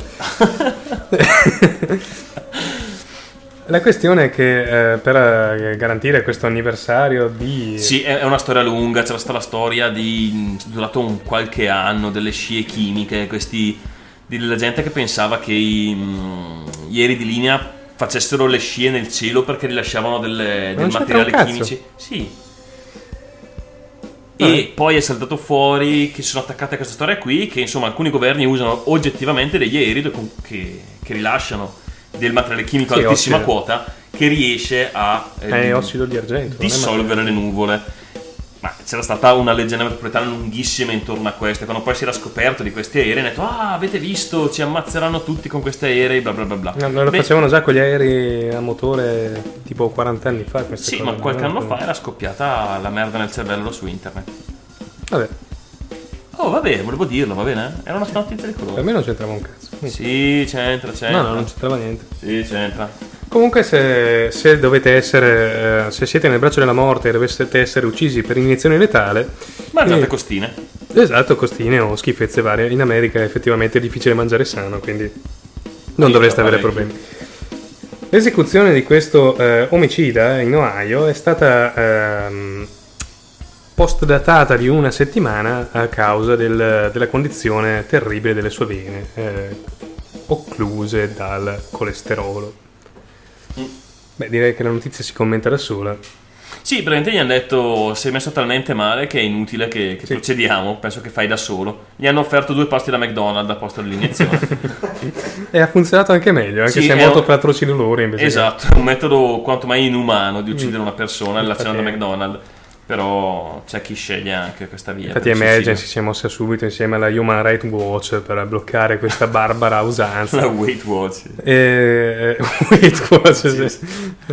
[SPEAKER 2] La questione è che per garantire questo anniversario di...
[SPEAKER 5] Sì, è una storia lunga, c'era stata la storia durato un qualche anno, delle scie chimiche, della gente che pensava che gli aerei di linea facessero le scie nel cielo perché rilasciavano dei materiali chimici. Sì. E poi è saltato fuori che si sono attaccate a questa storia qui, che insomma alcuni governi usano oggettivamente degli aerei che rilasciano del materiale chimico ad altissima quota che riesce a
[SPEAKER 2] ossido di argento,
[SPEAKER 5] dissolvere le nuvole. Ma c'era stata una leggenda metropolitana lunghissima intorno a questo. Quando poi si era scoperto di questi aerei, hanno detto: avete visto, ci ammazzeranno tutti con questi aerei, bla bla bla bla.
[SPEAKER 2] No, lo facevano già con gli aerei a motore tipo 40 anni fa.
[SPEAKER 5] Sì, cose, ma qualche anno fa era scoppiata la merda nel cervello su internet.
[SPEAKER 2] Vabbè.
[SPEAKER 5] Oh, vabbè, volevo dirlo, va bene? Era una notizia di colore.
[SPEAKER 2] Per me non c'entrava un cazzo.
[SPEAKER 5] Sì, c'entra.
[SPEAKER 2] No, non c'entrava niente.
[SPEAKER 5] Sì, c'entra.
[SPEAKER 2] Comunque se dovete essere se siete nel braccio della morte e dovete essere uccisi per iniezione letale,
[SPEAKER 5] mangiate costine.
[SPEAKER 2] Esatto, costine o schifezze varie. In America effettivamente è difficile mangiare sano, quindi non dovreste avere problemi. L'esecuzione di questo omicida in Ohio è stata postdatata di una settimana a causa della condizione terribile delle sue vene, occluse dal colesterolo. Beh, direi che la notizia si commenta da sola.
[SPEAKER 5] Sì, praticamente gli hanno detto sei messo talmente male che è inutile che procediamo, penso che fai da solo. Gli hanno offerto 2 pasti da McDonald's al posto dell'iniezione.
[SPEAKER 2] E ha funzionato anche meglio, anche
[SPEAKER 5] Sì,
[SPEAKER 2] se è morto per atrocidi dolori invece.
[SPEAKER 5] Esatto, è un metodo quanto mai inumano di uccidere una persona nella cena da McDonald's. Però c'è chi sceglie anche questa via.
[SPEAKER 2] Infatti Emergency si è mossa subito insieme alla Human Rights Watch per bloccare questa barbara usanza.
[SPEAKER 5] La Weight Watch.
[SPEAKER 2] Weight Watch, sì.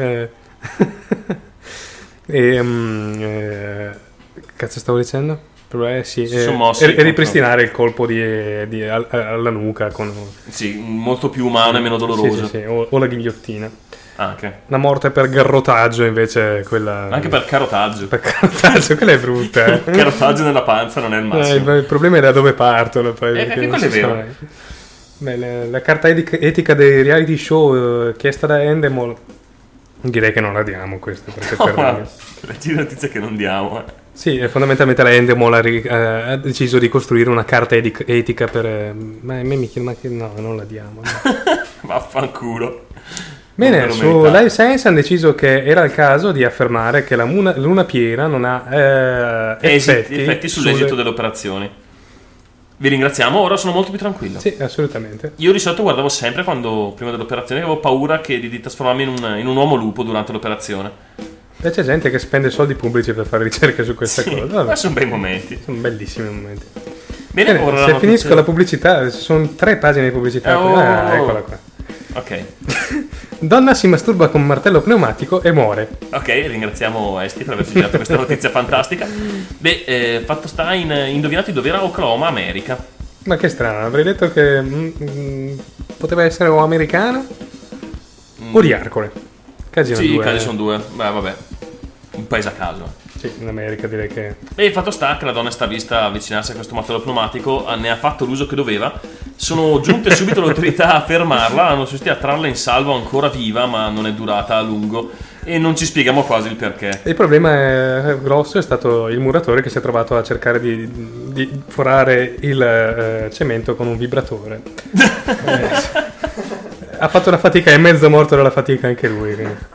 [SPEAKER 2] Cazzo stavo dicendo? Sì, e ripristinare il colpo alla nuca con...
[SPEAKER 5] Sì, molto più umano e meno doloroso.
[SPEAKER 2] Sì, o la ghigliottina.
[SPEAKER 5] Anche.
[SPEAKER 2] La morte per garrotaggio invece quella...
[SPEAKER 5] Anche per carotaggio.
[SPEAKER 2] Per carotaggio, quella è brutta.
[SPEAKER 5] Carotaggio nella panza non è il massimo.
[SPEAKER 2] Il problema è da dove partono poi.
[SPEAKER 5] Che quello è vero.
[SPEAKER 2] Beh, la carta etica dei reality show chiesta da Endemol, direi che non la diamo questa, perché
[SPEAKER 5] leggi le notizie che non diamo.
[SPEAKER 2] Sì, fondamentalmente la Endemol ha deciso di costruire una carta etica per... Ma a me mi chiedo, ma che no, non la diamo. No.
[SPEAKER 5] Vaffanculo.
[SPEAKER 2] Bene, su Life Science hanno deciso che era il caso di affermare che la luna piena non ha
[SPEAKER 5] effetti sull'esito delle operazioni. Vi ringraziamo, ora sono molto più tranquillo.
[SPEAKER 2] Sì, assolutamente.
[SPEAKER 5] Io di solito guardavo sempre prima dell'operazione, avevo paura di trasformarmi in un uomo lupo durante l'operazione.
[SPEAKER 2] E c'è gente che spende soldi pubblici per fare ricerche su questa cosa.
[SPEAKER 5] Ma sono bei momenti.
[SPEAKER 2] Sono bellissimi momenti.
[SPEAKER 5] Bene, ora
[SPEAKER 2] se finisco la pubblicità, sono 3 pagine di pubblicità. Eccola qua.
[SPEAKER 5] Ok.
[SPEAKER 2] Donna si masturba con martello pneumatico e muore.
[SPEAKER 5] Ok, ringraziamo Esti per averci dato questa notizia fantastica. Beh, fatto sta in indovinati dove era Oklahoma, America.
[SPEAKER 2] Ma che strano, avrei detto che poteva essere o americana o di Arcole. Casi
[SPEAKER 5] sono 2. Beh, vabbè, un paese a caso.
[SPEAKER 2] Sì, in America direi che...
[SPEAKER 5] E il fatto sta che la donna è stata vista avvicinarsi a questo martello pneumatico, ne ha fatto l'uso che doveva. Sono giunte subito le autorità a fermarla, hanno riuscito a trarla in salvo ancora viva, ma non è durata a lungo e non ci spieghiamo quasi il perché.
[SPEAKER 2] Il problema grosso è stato il muratore che si è trovato a cercare di forare il cemento con un vibratore. Ha fatto una fatica, è mezzo morto dalla fatica anche lui. Quindi.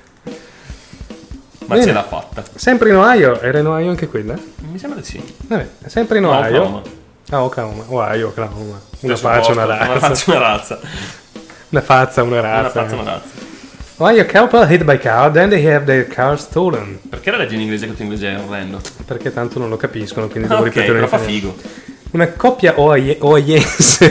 [SPEAKER 5] Ma ce l'ha fatta.
[SPEAKER 2] Sempre in Ohio? Era in Ohio anche quella?
[SPEAKER 5] Mi sembra di sì.
[SPEAKER 2] Vabbè, sempre in Ohio. Oklahoma. Ohio, Oklahoma. Una faccia, una razza.
[SPEAKER 5] Una faccia, una razza.
[SPEAKER 2] Una fazza, una razza.
[SPEAKER 5] Una faccia, una razza.
[SPEAKER 2] Ohio couple hit by car, then they have their car stolen.
[SPEAKER 5] Perché la leggi in inglese che il tuo inglese è orrendo?
[SPEAKER 2] Perché tanto non lo capiscono, quindi devo ripetere.
[SPEAKER 5] Però fa figo.
[SPEAKER 2] Una coppia ohiense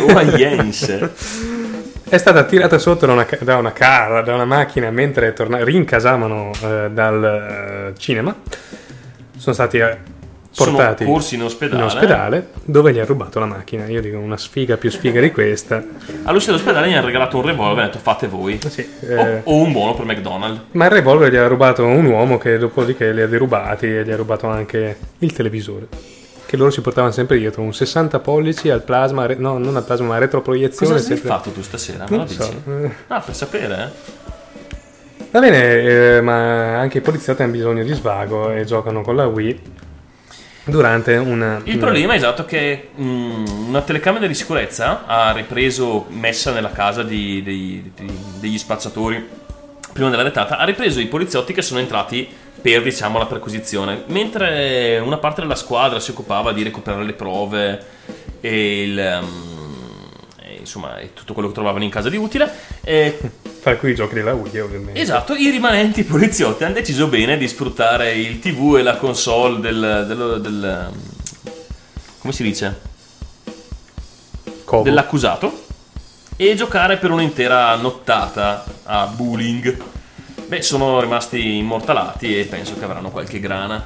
[SPEAKER 2] è stata tirata sotto da una macchina mentre rincasavano dal cinema. Sono stati portati
[SPEAKER 5] corsi in
[SPEAKER 2] ospedale dove gli ha rubato la macchina. Io dico una sfiga più sfiga di questa.
[SPEAKER 5] All'uscita dall'ospedale gli hanno regalato un revolver e hanno detto fate voi.
[SPEAKER 2] Sì,
[SPEAKER 5] o un buono per McDonald's.
[SPEAKER 2] Ma il revolver gli ha rubato un uomo che dopodiché li ha derubati e gli ha rubato anche il televisore che loro si portavano sempre dietro, un 60 pollici al plasma, non al plasma ma a retroproiezione.
[SPEAKER 5] Cosa hai fatto tu stasera? Me lo dici? Per sapere,
[SPEAKER 2] Va bene, ma anche i poliziotti hanno bisogno di svago e giocano con la Wii durante
[SPEAKER 5] Il problema è esatto che una telecamera di sicurezza ha ripreso, messa nella casa degli spacciatori prima della dettata, ha ripreso i poliziotti che sono entrati per, diciamo, la perquisizione, mentre una parte della squadra si occupava di recuperare le prove e insomma tutto quello che trovavano in casa di utile,
[SPEAKER 2] tra cui i giochi della Wii ovviamente.
[SPEAKER 5] Esatto, i rimanenti poliziotti hanno deciso bene di sfruttare il TV e la console del come si dice? Dell'accusato e giocare per un'intera nottata a bowling. Beh, sono rimasti immortalati e penso che avranno qualche grana.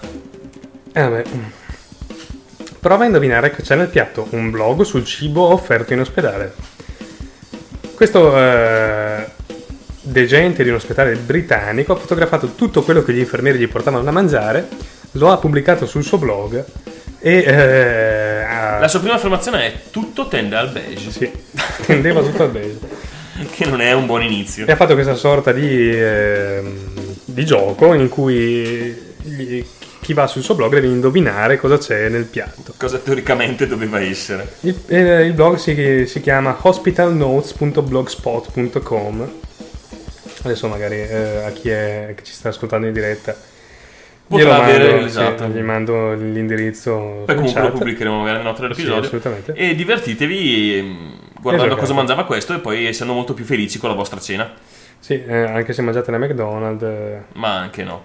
[SPEAKER 2] Prova a indovinare che c'è nel piatto un blog sul cibo offerto in ospedale. Questo degente di un ospedale britannico ha fotografato tutto quello che gli infermieri gli portavano da mangiare, lo ha pubblicato sul suo blog e
[SPEAKER 5] la sua prima affermazione è tutto tende al beige.
[SPEAKER 2] Sì, tendeva tutto al beige.
[SPEAKER 5] Che non è un buon inizio.
[SPEAKER 2] E ha fatto questa sorta di gioco in cui chi chi va sul suo blog deve indovinare cosa c'è nel piatto.
[SPEAKER 5] Cosa teoricamente doveva essere.
[SPEAKER 2] Il blog si chiama hospitalnotes.blogspot.com. Adesso magari a chi che ci sta ascoltando in diretta
[SPEAKER 5] Potrà avere, esatto.
[SPEAKER 2] Gli mando l'indirizzo.
[SPEAKER 5] Poi comunque lo pubblicheremo magari nelle note dell'episodio.
[SPEAKER 2] Sì, assolutamente.
[SPEAKER 5] E divertitevi guardando cosa mangiava questo e poi essendo molto più felici con la vostra cena.
[SPEAKER 2] Sì, anche se mangiate la McDonald's.
[SPEAKER 5] Ma anche no.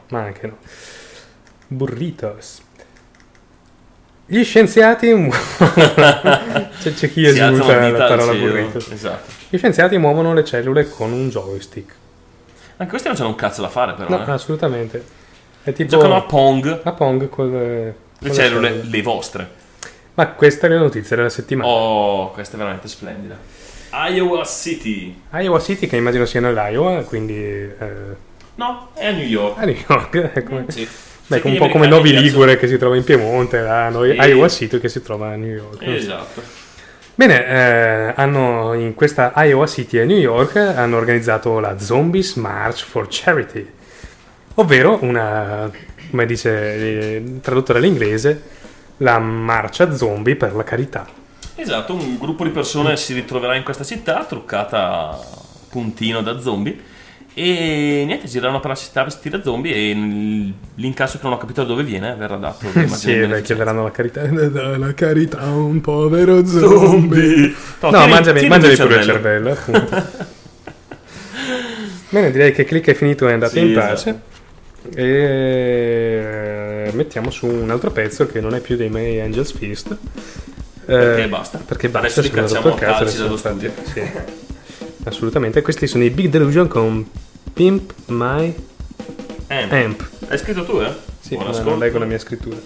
[SPEAKER 2] Burritos. Gli scienziati c'è chi esulta la parola burritos.
[SPEAKER 5] Esatto.
[SPEAKER 2] Gli scienziati muovono le cellule con un joystick.
[SPEAKER 5] Anche questi non c'hanno un cazzo da fare però.
[SPEAKER 2] No, assolutamente. È tipo
[SPEAKER 5] giocano a Pong.
[SPEAKER 2] A Pong con le
[SPEAKER 5] cellule, le vostre.
[SPEAKER 2] Ma questa è la notizia della settimana.
[SPEAKER 5] Oh, questa è veramente splendida. Iowa City,
[SPEAKER 2] che immagino sia nell'Iowa, quindi
[SPEAKER 5] no, è a New York.
[SPEAKER 2] A New York, come...
[SPEAKER 5] Sì.
[SPEAKER 2] Beh, un po' come Novi Ligure che si trova in Piemonte, Iowa City che si trova a New York.
[SPEAKER 5] Esatto.
[SPEAKER 2] Bene, hanno in questa Iowa City a New York hanno organizzato la Zombies March for Charity, ovvero una, come dice tradotto dall'inglese, la marcia zombie per la carità.
[SPEAKER 5] Esatto, un gruppo di persone si ritroverà in questa città truccata a puntino da zombie e niente, gireranno per la città vestiti da zombie e l'incasso che non ho capito da dove viene verrà dato.
[SPEAKER 2] Sì, chiederanno la carità. La carità a un povero zombie. No, mangiali pure il cervello, appunto. Bene, direi che Click è finito e è andato in pace. Esatto. E mettiamo su un altro pezzo che non è più dei miei Angels Fist.
[SPEAKER 5] Perché basta.
[SPEAKER 2] Adesso li
[SPEAKER 5] cacciamo a calci dallo studio.
[SPEAKER 2] Sì. Assolutamente. Questi sono i Big Delusion con Pimp My Amp.
[SPEAKER 5] Hai scritto tu, eh?
[SPEAKER 2] Sì, ma non leggo la mia scrittura.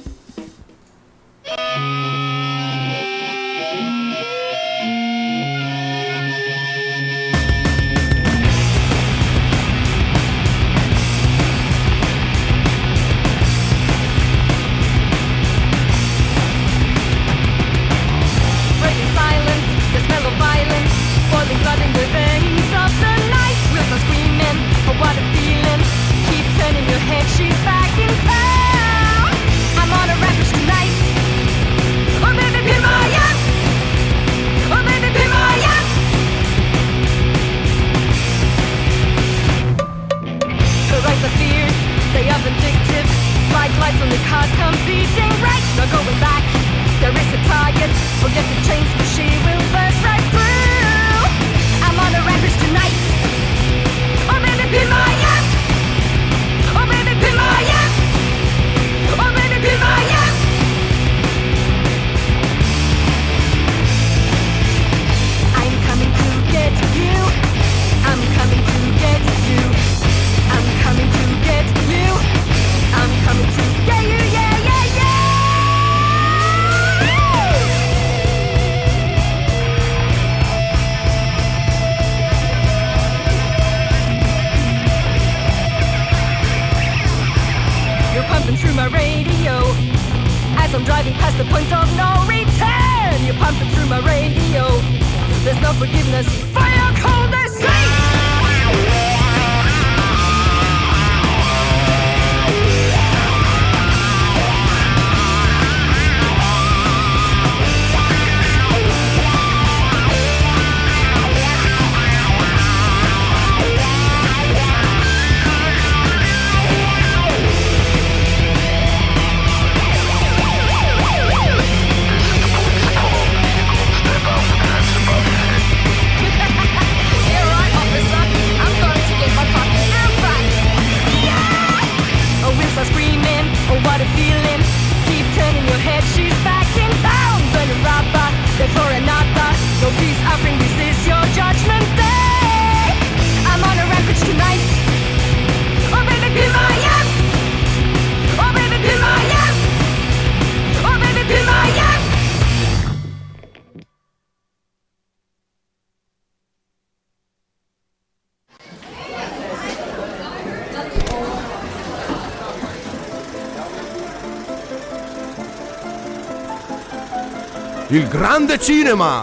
[SPEAKER 9] Il grande cinema!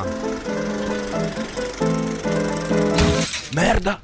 [SPEAKER 9] Merda!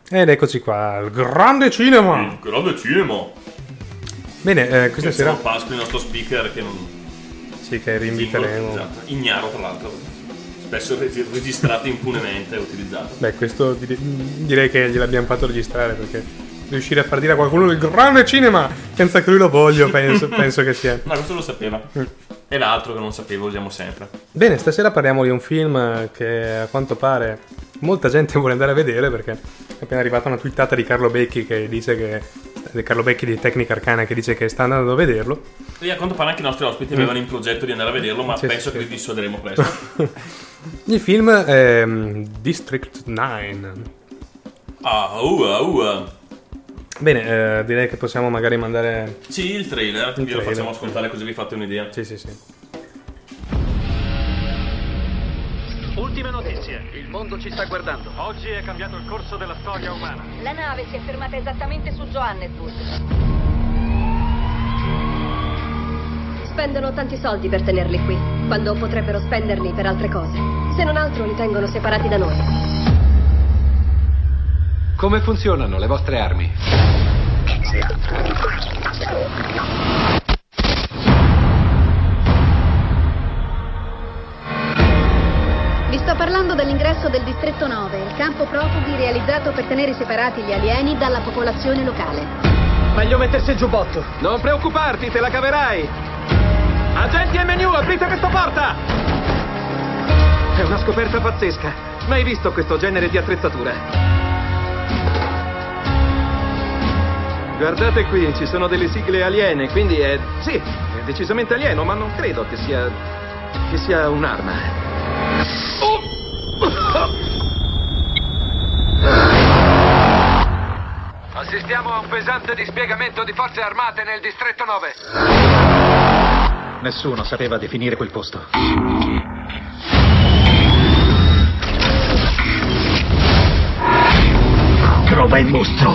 [SPEAKER 2] Ed eccoci qua, il grande cinema!
[SPEAKER 5] Il grande cinema!
[SPEAKER 2] Bene, questa sera...
[SPEAKER 5] Pasqua il nostro speaker che non...
[SPEAKER 2] Sì, che rinviteremo.
[SPEAKER 5] Esatto, ignaro tra l'altro. Spesso registrato impunemente e utilizzato.
[SPEAKER 2] Beh, questo direi che gliel'abbiamo fatto registrare, perché riuscire a far dire a qualcuno il grande cinema senza che lui lo voglia, penso che sia.
[SPEAKER 5] No, questo lo sapeva. E l'altro che non sapevo usiamo sempre.
[SPEAKER 2] Bene, stasera parliamo di un film che a quanto pare molta gente vuole andare a vedere, perché è appena arrivata una twittata di Carlo Becchi che dice che... Carlo Becchi di Tecnica Arcana, che dice che sta andando a vederlo.
[SPEAKER 5] E a quanto pare anche i nostri ospiti avevano in progetto di andare a vederlo, ma penso che li dissuaderemo presto.
[SPEAKER 2] Il film è District 9. Bene, direi che possiamo magari mandare...
[SPEAKER 5] Sì, il trailer. Lo facciamo ascoltare così vi fate un'idea.
[SPEAKER 2] Sì.
[SPEAKER 10] Ultime notizie. Il mondo ci sta guardando. Oggi è cambiato il corso della storia umana.
[SPEAKER 11] La nave si è fermata esattamente su Johannesburg. Spendono tanti soldi per tenerli qui, quando potrebbero spenderli per altre cose. Se non altro li tengono separati da noi.
[SPEAKER 10] Come funzionano le vostre armi?
[SPEAKER 12] Vi sto parlando dell'ingresso del distretto 9, il campo profughi realizzato per tenere separati gli alieni dalla popolazione locale.
[SPEAKER 10] Meglio mettersi il giubbotto. Non preoccuparti, te la caverai. Agenti e menu, aprite questa porta! È una scoperta pazzesca. Mai visto questo genere di attrezzatura? Guardate qui, ci sono delle sigle aliene, quindi è decisamente alieno, ma non credo che sia un'arma. Assistiamo a un pesante dispiegamento di forze armate nel distretto 9. Nessuno sapeva definire quel posto. Trova il mostro!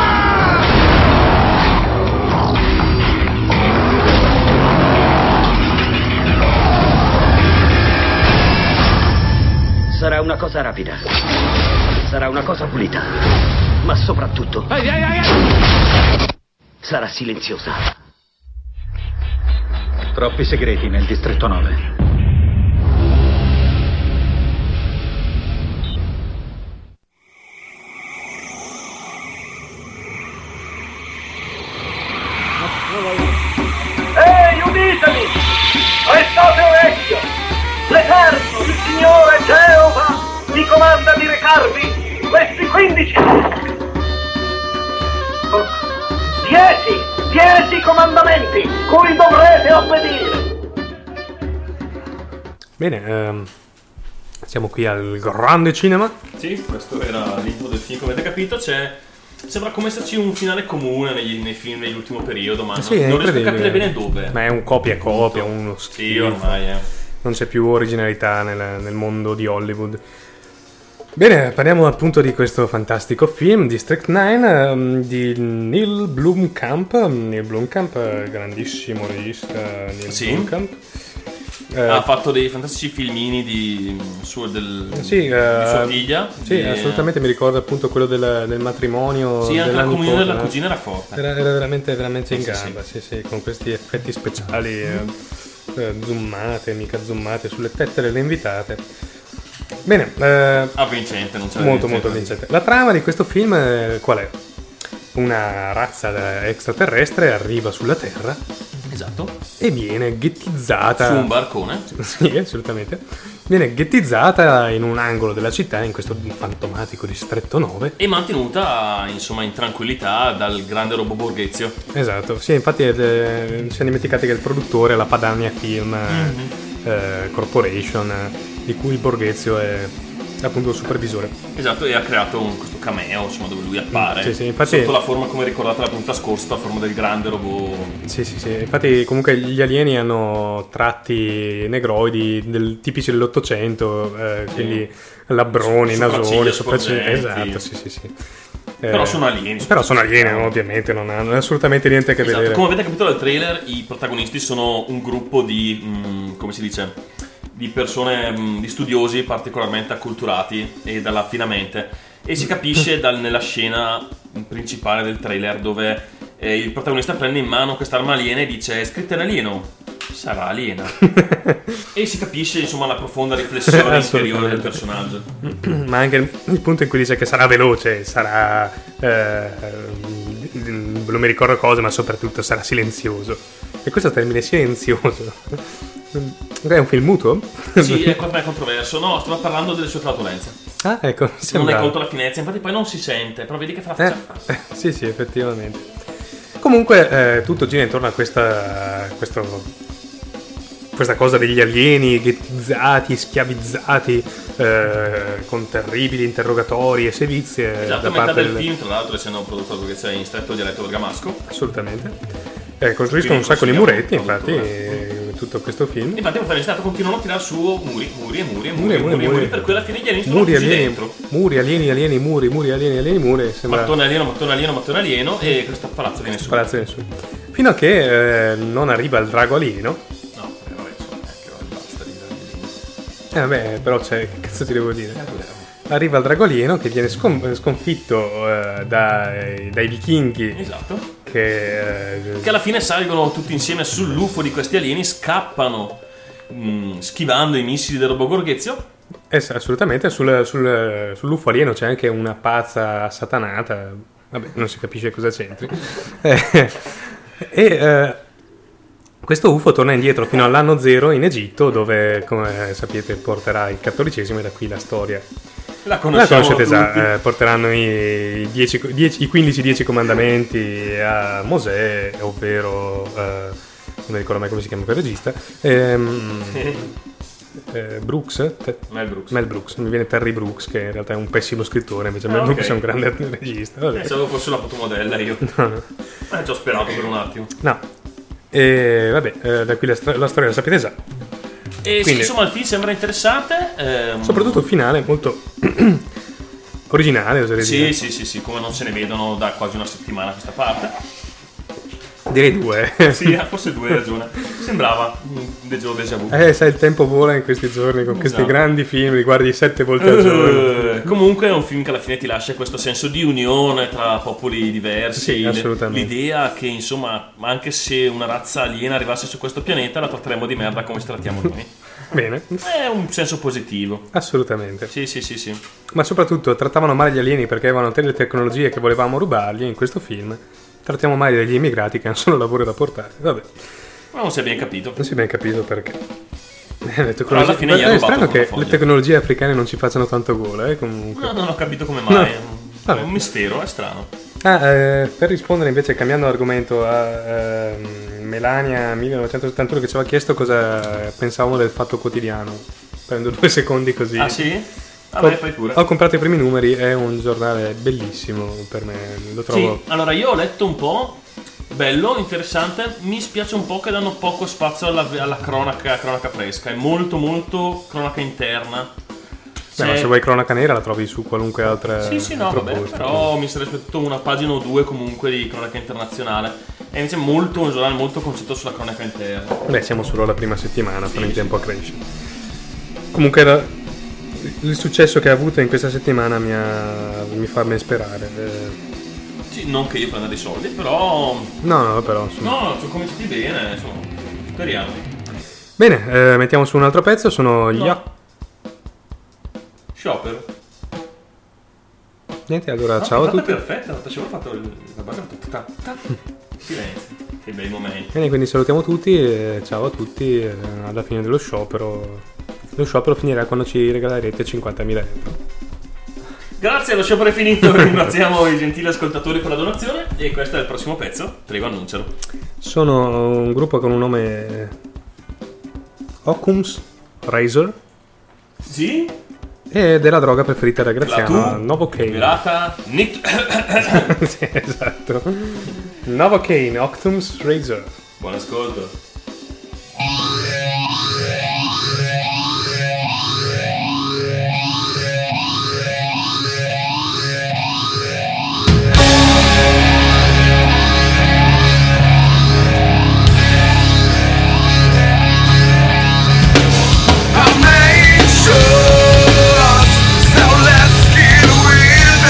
[SPEAKER 13] Sarà una cosa rapida. Sarà una cosa pulita. Ma soprattutto... sarà silenziosa.
[SPEAKER 10] Troppi segreti nel distretto 9.
[SPEAKER 14] Ehi, uditemi! Restate orecchio! L'Eterno, il Signore Geova, vi comanda di recarvi questi 10 comandamenti cui dovrete obbedire.
[SPEAKER 2] Bene, siamo qui al grande cinema.
[SPEAKER 5] Sì, questo era l'intro del film, come avete capito. Sembra come esserci un finale comune nei film dell'ultimo periodo, ma non riesco a capire bene dove.
[SPEAKER 2] Ma è un copia, uno schifo.
[SPEAKER 5] Sì, ormai
[SPEAKER 2] non c'è più originalità nel mondo di Hollywood. Bene, parliamo appunto di questo fantastico film, District 9, di Neil Blomkamp. Neil Blomkamp, grandissimo regista. Blomkamp.
[SPEAKER 5] Ha fatto dei fantastici filmini di sua figlia.
[SPEAKER 2] Sì, assolutamente, mi ricordo appunto quello del matrimonio.
[SPEAKER 5] Sì, anche la comunione della cugina era forte.
[SPEAKER 2] Era veramente in gamba, sì, con questi effetti speciali zoomate, mica zoomate, sulle tette delle invitate. Bene,
[SPEAKER 5] avvincente, non c'è
[SPEAKER 2] molto avvincente. La trama di questo film qual è? Una razza extraterrestre arriva sulla Terra.
[SPEAKER 5] Esatto.
[SPEAKER 2] E viene ghettizzata
[SPEAKER 5] su un barcone.
[SPEAKER 2] Sì, assolutamente. Viene ghettizzata in un angolo della città, in questo fantomatico distretto 9.
[SPEAKER 5] E mantenuta, insomma, in tranquillità dal grande robot Borghezio.
[SPEAKER 2] Esatto, sì, infatti si è dimenticati che il produttore è la Padania Film Corporation, di cui Borghezio è appunto il supervisore.
[SPEAKER 5] Esatto, e ha creato questo cameo, insomma, dove lui appare.
[SPEAKER 2] Sì, infatti,
[SPEAKER 5] sotto la forma, come ricordate la puntata scorsa, la forma del grande robot.
[SPEAKER 2] Sì, infatti comunque gli alieni hanno tratti negroidi tipici dell'Ottocento, quindi labbroni, nasoni, sopracciglia. Esatto, sì.
[SPEAKER 5] Però sono alieni.
[SPEAKER 2] Ovviamente, non hanno assolutamente niente a che vedere.
[SPEAKER 5] Come avete capito dal trailer, i protagonisti sono un gruppo di, come si dice, di persone, di studiosi particolarmente acculturati e dalla fina mente, E si capisce nella scena principale del trailer dove il protagonista prende in mano quest'arma aliena e dice: è scritta in alieno, sarà aliena. E si capisce insomma la profonda riflessione interiore del personaggio.
[SPEAKER 2] Ma anche il punto in cui dice che sarà veloce, sarà non mi ricordo cosa, ma soprattutto sarà silenzioso. E questo termine silenzioso è un film muto?
[SPEAKER 5] Sì, è controverso. No, stavo parlando delle sue flautolenze.
[SPEAKER 2] Ah, ecco,
[SPEAKER 5] non è colto la finestra, infatti poi non si sente, però vedi che fa la faccia.
[SPEAKER 2] Sì, effettivamente. Comunque tutto gira intorno a questa cosa degli alieni ghettizzati, schiavizzati, con terribili interrogatori e sevizie.
[SPEAKER 5] Esatto, metà del film, tra l'altro, essendo un prodotto che c'è in stretto dialetto bergamasco.
[SPEAKER 2] Assolutamente. Costruiscono un sacco di muretti, infatti, tutto questo film.
[SPEAKER 5] Infatti, i protagonisti continuano a tirare su muri, per cui alla fine gli alieni sono chiusi dentro.
[SPEAKER 2] Muri, alieni, muri, muri. Sembra...
[SPEAKER 5] Mattone alieno, e questo palazzo viene su.
[SPEAKER 2] Fino a che non arriva il drago alieno.
[SPEAKER 5] No,
[SPEAKER 2] vabbè, però che cazzo ti devo dire? Arriva il drago alieno che viene sconfitto dai vichinghi.
[SPEAKER 5] Esatto.
[SPEAKER 2] Che
[SPEAKER 5] alla fine salgono tutti insieme sull'UFO di questi alieni, scappano schivando i missili del robot Gorghezio.
[SPEAKER 2] Assolutamente, sull'UFO alieno c'è anche una pazza satanata, vabbè, non si capisce cosa c'entri. Questo UFO torna indietro fino all'anno 0 in Egitto, dove, come sapete, porterà il cattolicesimo, e da qui la storia.
[SPEAKER 5] La conoscete
[SPEAKER 2] già, porteranno i 15 comandamenti a Mosè, ovvero non mi ricordo mai come si chiama quel regista, Mel Brooks, mi viene Terry Brooks, che in realtà è un pessimo scrittore, invece Mel Brooks è un grande regista.
[SPEAKER 5] Pensavo fosse la fotomodella io. No. Ci ho sperato per un attimo.
[SPEAKER 2] No. Da qui la storia la sapete già.
[SPEAKER 5] E quindi, insomma, il film sembra interessante.
[SPEAKER 2] Soprattutto il finale, molto originale, oserei dire.
[SPEAKER 5] Sì, come non se ne vedono da quasi una settimana a questa parte.
[SPEAKER 2] Direi 2.
[SPEAKER 5] Sì, forse 2, hai ragione. Sembrava un déjà vu.
[SPEAKER 2] Sai, il tempo vola in questi giorni con questi grandi film, li guardi 7 volte al giorno.
[SPEAKER 5] Comunque è un film che alla fine ti lascia questo senso di unione tra popoli diversi.
[SPEAKER 2] Sì, assolutamente.
[SPEAKER 5] L'idea che, insomma, anche se una razza aliena arrivasse su questo pianeta, la tratteremo di merda come ci trattiamo noi.
[SPEAKER 2] Bene.
[SPEAKER 5] È un senso positivo.
[SPEAKER 2] Assolutamente.
[SPEAKER 5] Sì.
[SPEAKER 2] Ma soprattutto trattavano male gli alieni perché avevano delle tecnologie che volevamo rubargli. In questo film trattiamo male degli immigrati che hanno solo lavoro da portare. Vabbè.
[SPEAKER 5] Ma non si è ben capito.
[SPEAKER 2] Non si è ben capito perché.
[SPEAKER 5] Alla fine
[SPEAKER 2] è strano che le tecnologie africane non ci facciano tanto gola, comunque.
[SPEAKER 5] No, non ho capito come mai. È un mistero, è strano.
[SPEAKER 2] Per rispondere invece, cambiando argomento, a Melania 1971 che ci aveva chiesto cosa pensavamo del Fatto Quotidiano. Prendo 2 secondi così.
[SPEAKER 5] Ah sì? Vabbè, fai pure.
[SPEAKER 2] Ho comprato i primi numeri, è un giornale bellissimo per me, lo trovo.
[SPEAKER 5] Sì, allora io ho letto un po', bello, interessante, mi spiace un po' che danno poco spazio alla cronaca fresca, è molto cronaca interna.
[SPEAKER 2] Ma se vuoi cronaca nera la trovi su qualunque altra.
[SPEAKER 5] Sì, no, vabbè, però mi sarebbe aspettato una pagina o 2 comunque di cronaca internazionale. E invece un giornale molto concentrato sulla cronaca interna.
[SPEAKER 2] Beh, siamo solo alla prima settimana, sono in tempo a crescere. Comunque il successo che ha avuto in questa settimana mi fa ben sperare.
[SPEAKER 5] Sì, non che io prenda dei soldi, però.
[SPEAKER 2] No, però.
[SPEAKER 5] No, sono cominciati bene, insomma. Speriamo.
[SPEAKER 2] Bene, mettiamo su un altro pezzo, sono gli
[SPEAKER 5] Sciopero.
[SPEAKER 2] Niente, allora ciao a tutti.
[SPEAKER 5] Perfetta, facevo fatto la base silenzio. Che bei momenti.
[SPEAKER 2] Bene, quindi salutiamo tutti e ciao a tutti alla fine dello sciopero. Lo sciopero finirà quando ci regalerete 50.000 euro.
[SPEAKER 5] Grazie, lo sciopero è finito. Ringraziamo i gentili ascoltatori per la donazione. E questo è il prossimo pezzo. Prego, annuncialo.
[SPEAKER 2] Sono un gruppo con un nome Occam's Razor.
[SPEAKER 5] Sì?
[SPEAKER 2] Ed è la droga preferita da Graziano, Novocaine.
[SPEAKER 5] Pirata
[SPEAKER 2] Sì, esatto. Novocaine, Occam's Razor.
[SPEAKER 5] Buon ascolto.
[SPEAKER 15] So let's get real.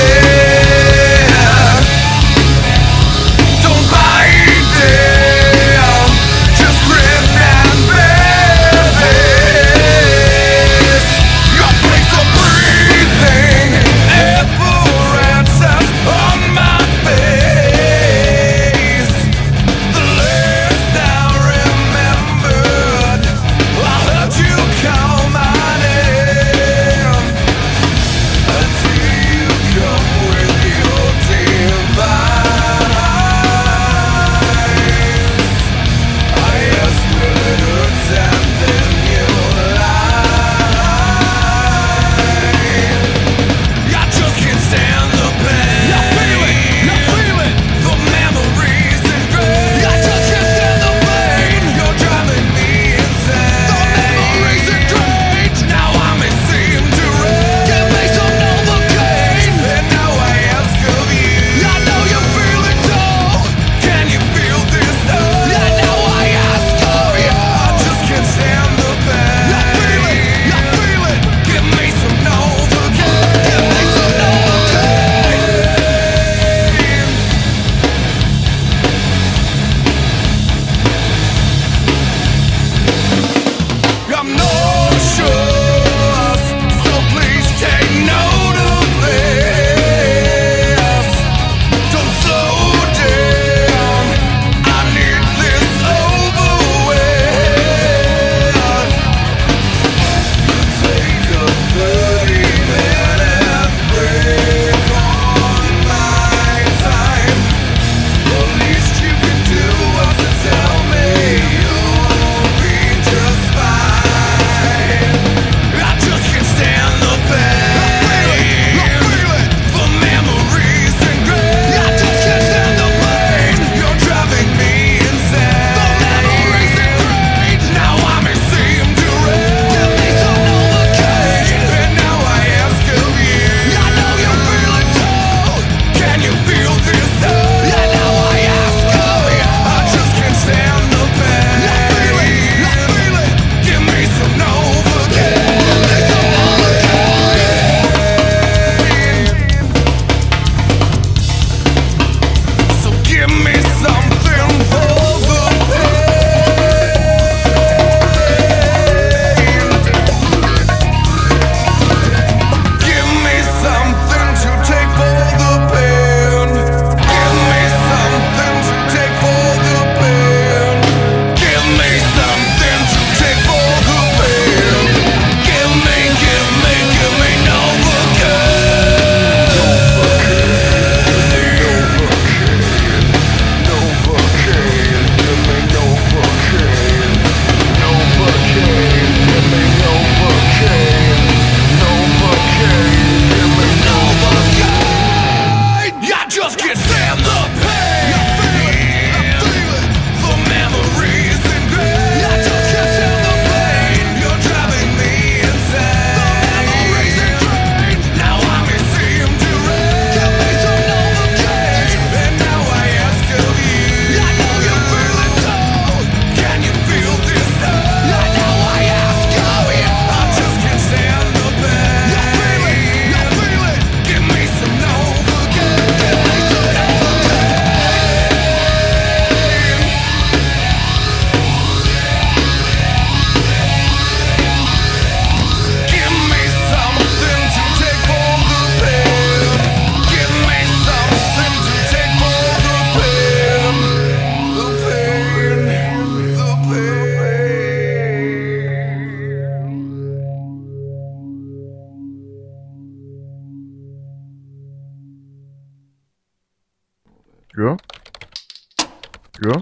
[SPEAKER 9] Ja. Ja.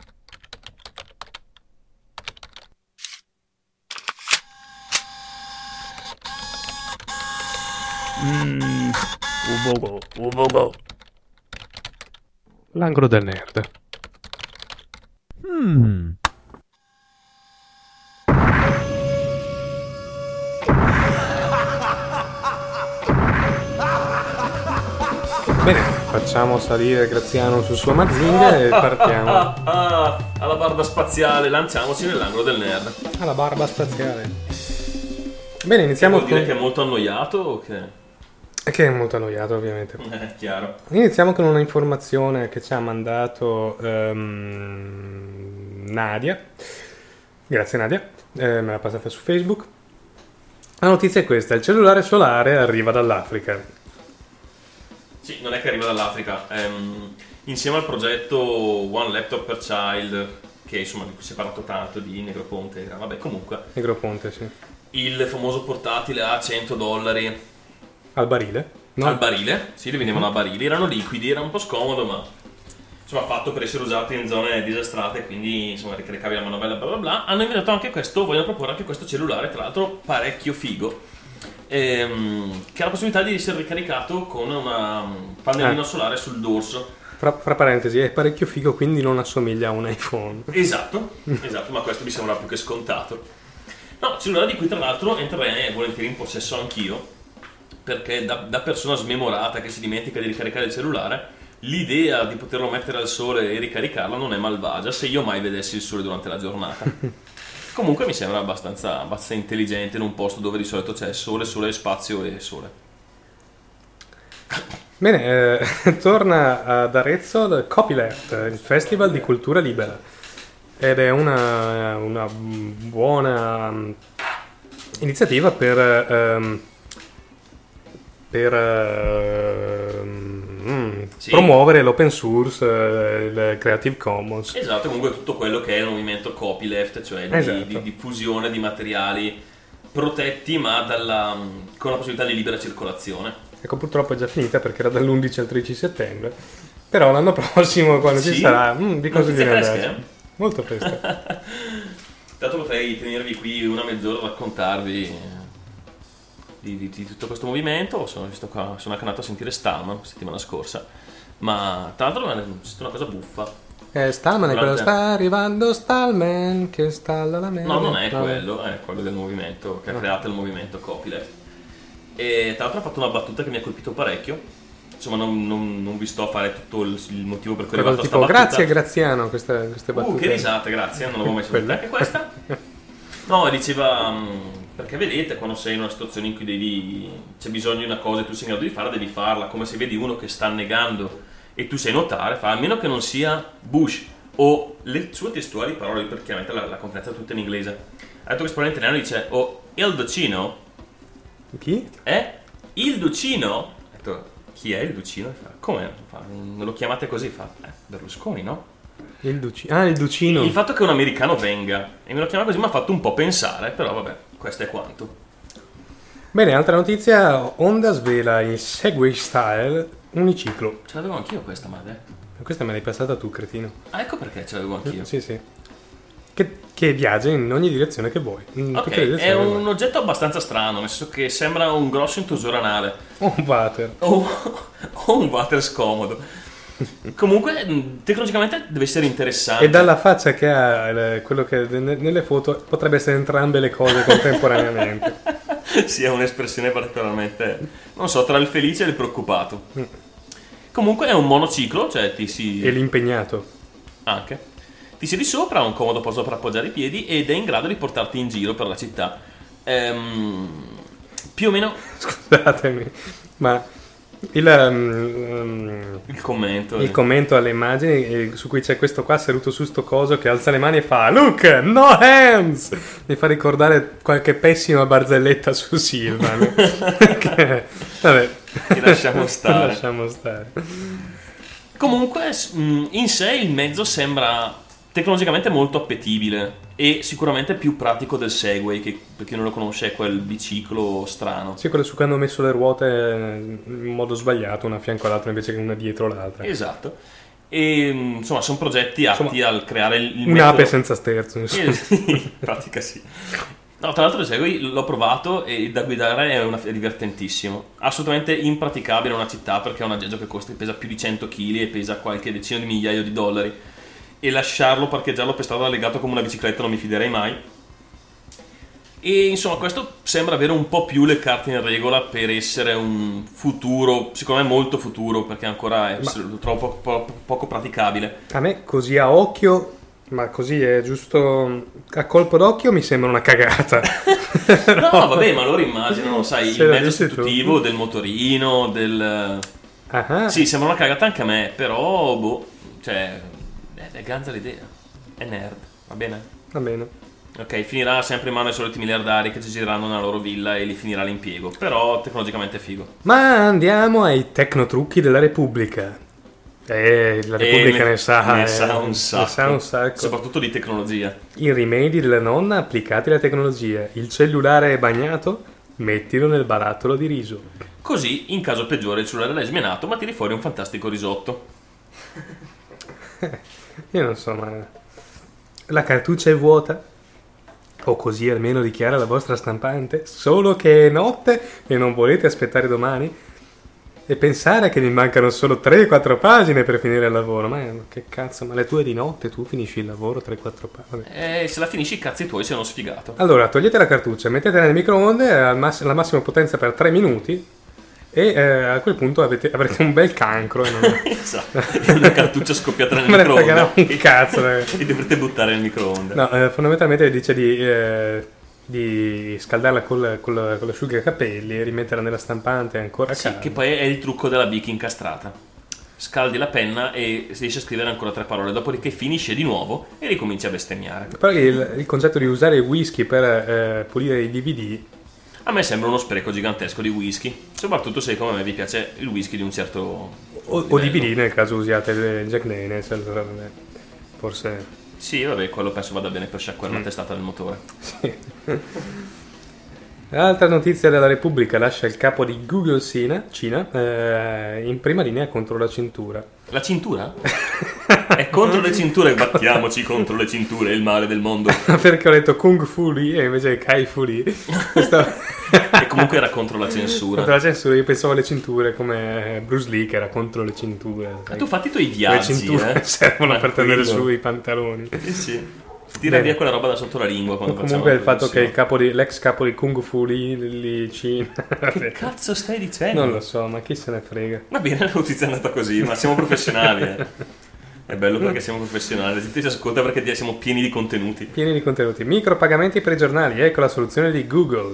[SPEAKER 2] Ubogo. L'angolo del nerd. Bene, facciamo salire Graziano sul suo Mazinga e partiamo.
[SPEAKER 5] Alla barba spaziale, lanciamoci nell'angolo del nerd.
[SPEAKER 2] Alla barba spaziale. Bene, iniziamo
[SPEAKER 5] Vuol dire che è molto annoiato o che...
[SPEAKER 2] Che è molto annoiato, ovviamente.
[SPEAKER 5] Chiaro.
[SPEAKER 2] Iniziamo con una informazione che ci ha mandato Nadia. Grazie Nadia, me l'ha passata su Facebook. La notizia è questa: il cellulare solare arriva dall'Africa.
[SPEAKER 5] Sì, non è che arriva dall'Africa. Insieme al progetto One Laptop per Child, che insomma di cui si è parlato tanto, di Negroponte, vabbè, comunque.
[SPEAKER 2] Negroponte, sì.
[SPEAKER 5] Il famoso portatile a $100
[SPEAKER 2] al barile? No.
[SPEAKER 5] Al barile, sì, li vendevano a barili, erano liquidi, era un po' scomodo, ma insomma fatto per essere usati in zone disastrate, quindi insomma ricaricavi la manovella, bla bla bla. Hanno inventato anche questo, vogliono proporre anche questo cellulare, tra l'altro parecchio figo, che ha la possibilità di essere ricaricato con una pannellino solare sul dorso.
[SPEAKER 2] Fra parentesi, è parecchio figo, quindi non assomiglia a un iPhone.
[SPEAKER 5] Esatto, ma questo mi sembra più che scontato. No, cellulare di cui tra l'altro entrerei volentieri in possesso anch'io, perché da persona smemorata che si dimentica di ricaricare il cellulare, l'idea di poterlo mettere al sole e ricaricarlo non è malvagia, se io mai vedessi il sole durante la giornata. Comunque mi sembra abbastanza intelligente in un posto dove di solito c'è sole, spazio e sole.
[SPEAKER 2] Bene, torna ad Arezzo il Copyleft, il festival di cultura libera, ed è una buona iniziativa per
[SPEAKER 5] sì,
[SPEAKER 2] promuovere l'open source, il Creative Commons.
[SPEAKER 5] Esatto, comunque tutto quello che è il movimento copyleft, cioè di diffusione di materiali protetti ma con la possibilità di libera circolazione.
[SPEAKER 2] Ecco, purtroppo è già finita perché era dall'11 al 13 settembre, però l'anno prossimo quando ci sarà di cosa viene andato. Molto fresca.
[SPEAKER 5] Tanto potrei tenervi qui una mezz'ora a raccontarvi di tutto questo movimento. Sono anche andato a sentire Stallman la settimana scorsa, ma tra l'altro è una cosa buffa.
[SPEAKER 2] Stallman è quello, sta arrivando Stallman che stalla la merda.
[SPEAKER 5] No, non è quello, è quello del movimento che ha creato il movimento copyleft. E tra l'altro ha fatto una battuta che mi ha colpito parecchio. Insomma, non vi sto a fare tutto il motivo per cui è arrivato a sta battuta.
[SPEAKER 2] Grazie Graziano, queste battute.
[SPEAKER 5] Che risate, grazie, non l'avevo mai sentita anche questa. No, diceva... Perché vedete, quando sei in una situazione in cui c'è bisogno di una cosa e tu sei in grado di farla, devi farla. Come se vedi uno che sta negando e tu sai notare, a meno che non sia Bush o le sue testuali parole, perché chiaramente la conferenza è tutta in inglese. Ha detto che parla in italiano, dice il Ducino.
[SPEAKER 2] Chi?
[SPEAKER 5] Il Ducino? Ha detto, chi è il Ducino? Fa, come? Non lo chiamate così? Fa, Berlusconi, no?
[SPEAKER 2] Il Ducino.
[SPEAKER 5] Il fatto che un americano venga e me lo chiama così mi ha fatto un po' pensare, però vabbè, questo è quanto.
[SPEAKER 2] Bene, altra notizia: Honda svela in Segway Style uniciclo.
[SPEAKER 5] Ce l'avevo anch'io questa, madre.
[SPEAKER 2] Questa me l'hai passata tu, cretino.
[SPEAKER 5] Ah, ecco perché ce l'avevo anch'io.
[SPEAKER 2] Sì. Che viaggia in ogni direzione che vuoi.
[SPEAKER 5] Ok, è un oggetto abbastanza strano, nel senso che sembra un grosso intusore anale.
[SPEAKER 2] O un water.
[SPEAKER 5] O un water scomodo. Comunque, tecnologicamente deve essere interessante.
[SPEAKER 2] E dalla faccia che ha, quello che nelle foto, potrebbe essere entrambe le cose contemporaneamente.
[SPEAKER 5] Sì, è un'espressione particolarmente, non so, tra il felice e il preoccupato. Comunque è un monociclo, cioè
[SPEAKER 2] E l'impegnato.
[SPEAKER 5] Anche. Ti siedi sopra, ha un comodo posto per appoggiare i piedi ed è in grado di portarti in giro per la città. Più o meno...
[SPEAKER 2] Scusatemi, ma...
[SPEAKER 5] Il commento
[SPEAKER 2] alle immagini su cui c'è questo qua seduto su sto coso che alza le mani e fa "Look, no hands", mi fa ricordare qualche pessima barzelletta su Silvan. Vabbè,
[SPEAKER 5] che lasciamo stare.
[SPEAKER 2] Comunque
[SPEAKER 5] in sé il mezzo sembra tecnologicamente molto appetibile e sicuramente più pratico del Segway, che per chi non lo conosce è quel biciclo strano.
[SPEAKER 2] Sì, quello su cui hanno messo le ruote in modo sbagliato, una a fianco all'altra invece che una dietro l'altra.
[SPEAKER 5] Esatto. E insomma sono progetti atti al creare il
[SPEAKER 2] un'ape
[SPEAKER 5] metodo
[SPEAKER 2] senza sterzo, insomma.
[SPEAKER 5] in pratica sì. No, tra l'altro l'ho provato e da guidare è divertentissimo, assolutamente impraticabile in una città perché è un aggeggio che pesa più di 100 kg e pesa qualche decina di migliaia di dollari, e lasciarlo parcheggiarlo per strada legato come una bicicletta non mi fiderei mai. E insomma questo sembra avere un po' più le carte in regola per essere un futuro, secondo me molto futuro, perché ancora è troppo poco praticabile.
[SPEAKER 2] A me così a occhio, ma così è giusto a colpo d'occhio, mi sembra una cagata.
[SPEAKER 5] No, vabbè, ma loro immaginano, sai, il mezzo sostitutivo del motorino, del... Sì, sembra una cagata anche a me, però, cioè, è ganza l'idea. È nerd, va bene?
[SPEAKER 2] Va bene.
[SPEAKER 5] Ok, finirà sempre in mano ai soliti miliardari che ci gireranno nella loro villa e li finirà l'impiego, però tecnologicamente è figo.
[SPEAKER 2] Ma andiamo ai tecnotrucchi della Repubblica. La Repubblica ne sa un sacco.
[SPEAKER 5] Soprattutto di tecnologia.
[SPEAKER 2] I rimedi della nonna applicati alla tecnologia. Il cellulare è bagnato, mettilo nel barattolo di riso.
[SPEAKER 5] Così, in caso peggiore, il cellulare l'hai smenato, ma tiri fuori un fantastico risotto.
[SPEAKER 2] Io non so, ma la cartuccia è vuota? O così almeno dichiara la vostra stampante? Solo che è notte e non volete aspettare domani? E pensare che mi mancano solo 3-4 pagine per finire il lavoro. Ma che cazzo, ma le tue di notte tu finisci il lavoro 3-4 pagine?
[SPEAKER 5] Se la finisci i cazzi tuoi, sei uno sfigato.
[SPEAKER 2] Allora, togliete la cartuccia, mettete nel microonde alla massima potenza per 3 minuti e a quel punto avrete un bel cancro. E non...
[SPEAKER 5] Esatto, una cartuccia scoppiata nel
[SPEAKER 2] microonde.
[SPEAKER 5] Me ne frega
[SPEAKER 2] un cazzo.
[SPEAKER 5] E dovrete buttare nel microonde.
[SPEAKER 2] No, fondamentalmente dice di scaldarla con l'asciugacapelli e rimetterla nella stampante ancora calda.
[SPEAKER 5] Sì, che poi è il trucco della bic incastrata. Scaldi la penna e si riesce a scrivere ancora 3 parole, dopodiché finisce di nuovo e ricominci a bestemmiare.
[SPEAKER 2] Però il concetto di usare il whisky per pulire i DVD
[SPEAKER 5] a me sembra uno spreco gigantesco di whisky, soprattutto se come a me vi piace il whisky di un certo
[SPEAKER 2] o DVD nel caso usiate il Jack Daniels, forse.
[SPEAKER 5] Sì, vabbè, quello penso vada bene per sciacquare la testata del motore.
[SPEAKER 2] Sì. Altra notizia della Repubblica: lascia il capo di Google Cina in prima linea contro la cintura.
[SPEAKER 5] La cintura? È contro le cinture, battiamoci contro le cinture, è il male del mondo.
[SPEAKER 2] Perché ho detto Kung Fu Lee e invece Kai Fu Lee.
[SPEAKER 5] E comunque era contro la censura.
[SPEAKER 2] Contro la censura, io pensavo alle cinture come Bruce Lee che era contro le cinture.
[SPEAKER 5] Ma tu fatti i tuoi viaggi,
[SPEAKER 2] le cinture servono per tenere su i pantaloni.
[SPEAKER 5] Sì. Tira via quella roba da sotto la lingua quando
[SPEAKER 2] comunque il fatto che l'ex capo di Kung Fu Lee Cina.
[SPEAKER 5] Che cazzo stai dicendo?
[SPEAKER 2] Non lo so, ma chi se ne frega.
[SPEAKER 5] Va bene, la notizia è andata così, ma siamo professionali. È bello perché siamo professionali, la gente ci ascolta perché siamo pieni di contenuti.
[SPEAKER 2] Pieni di contenuti. Micropagamenti per i giornali, ecco la soluzione di Google.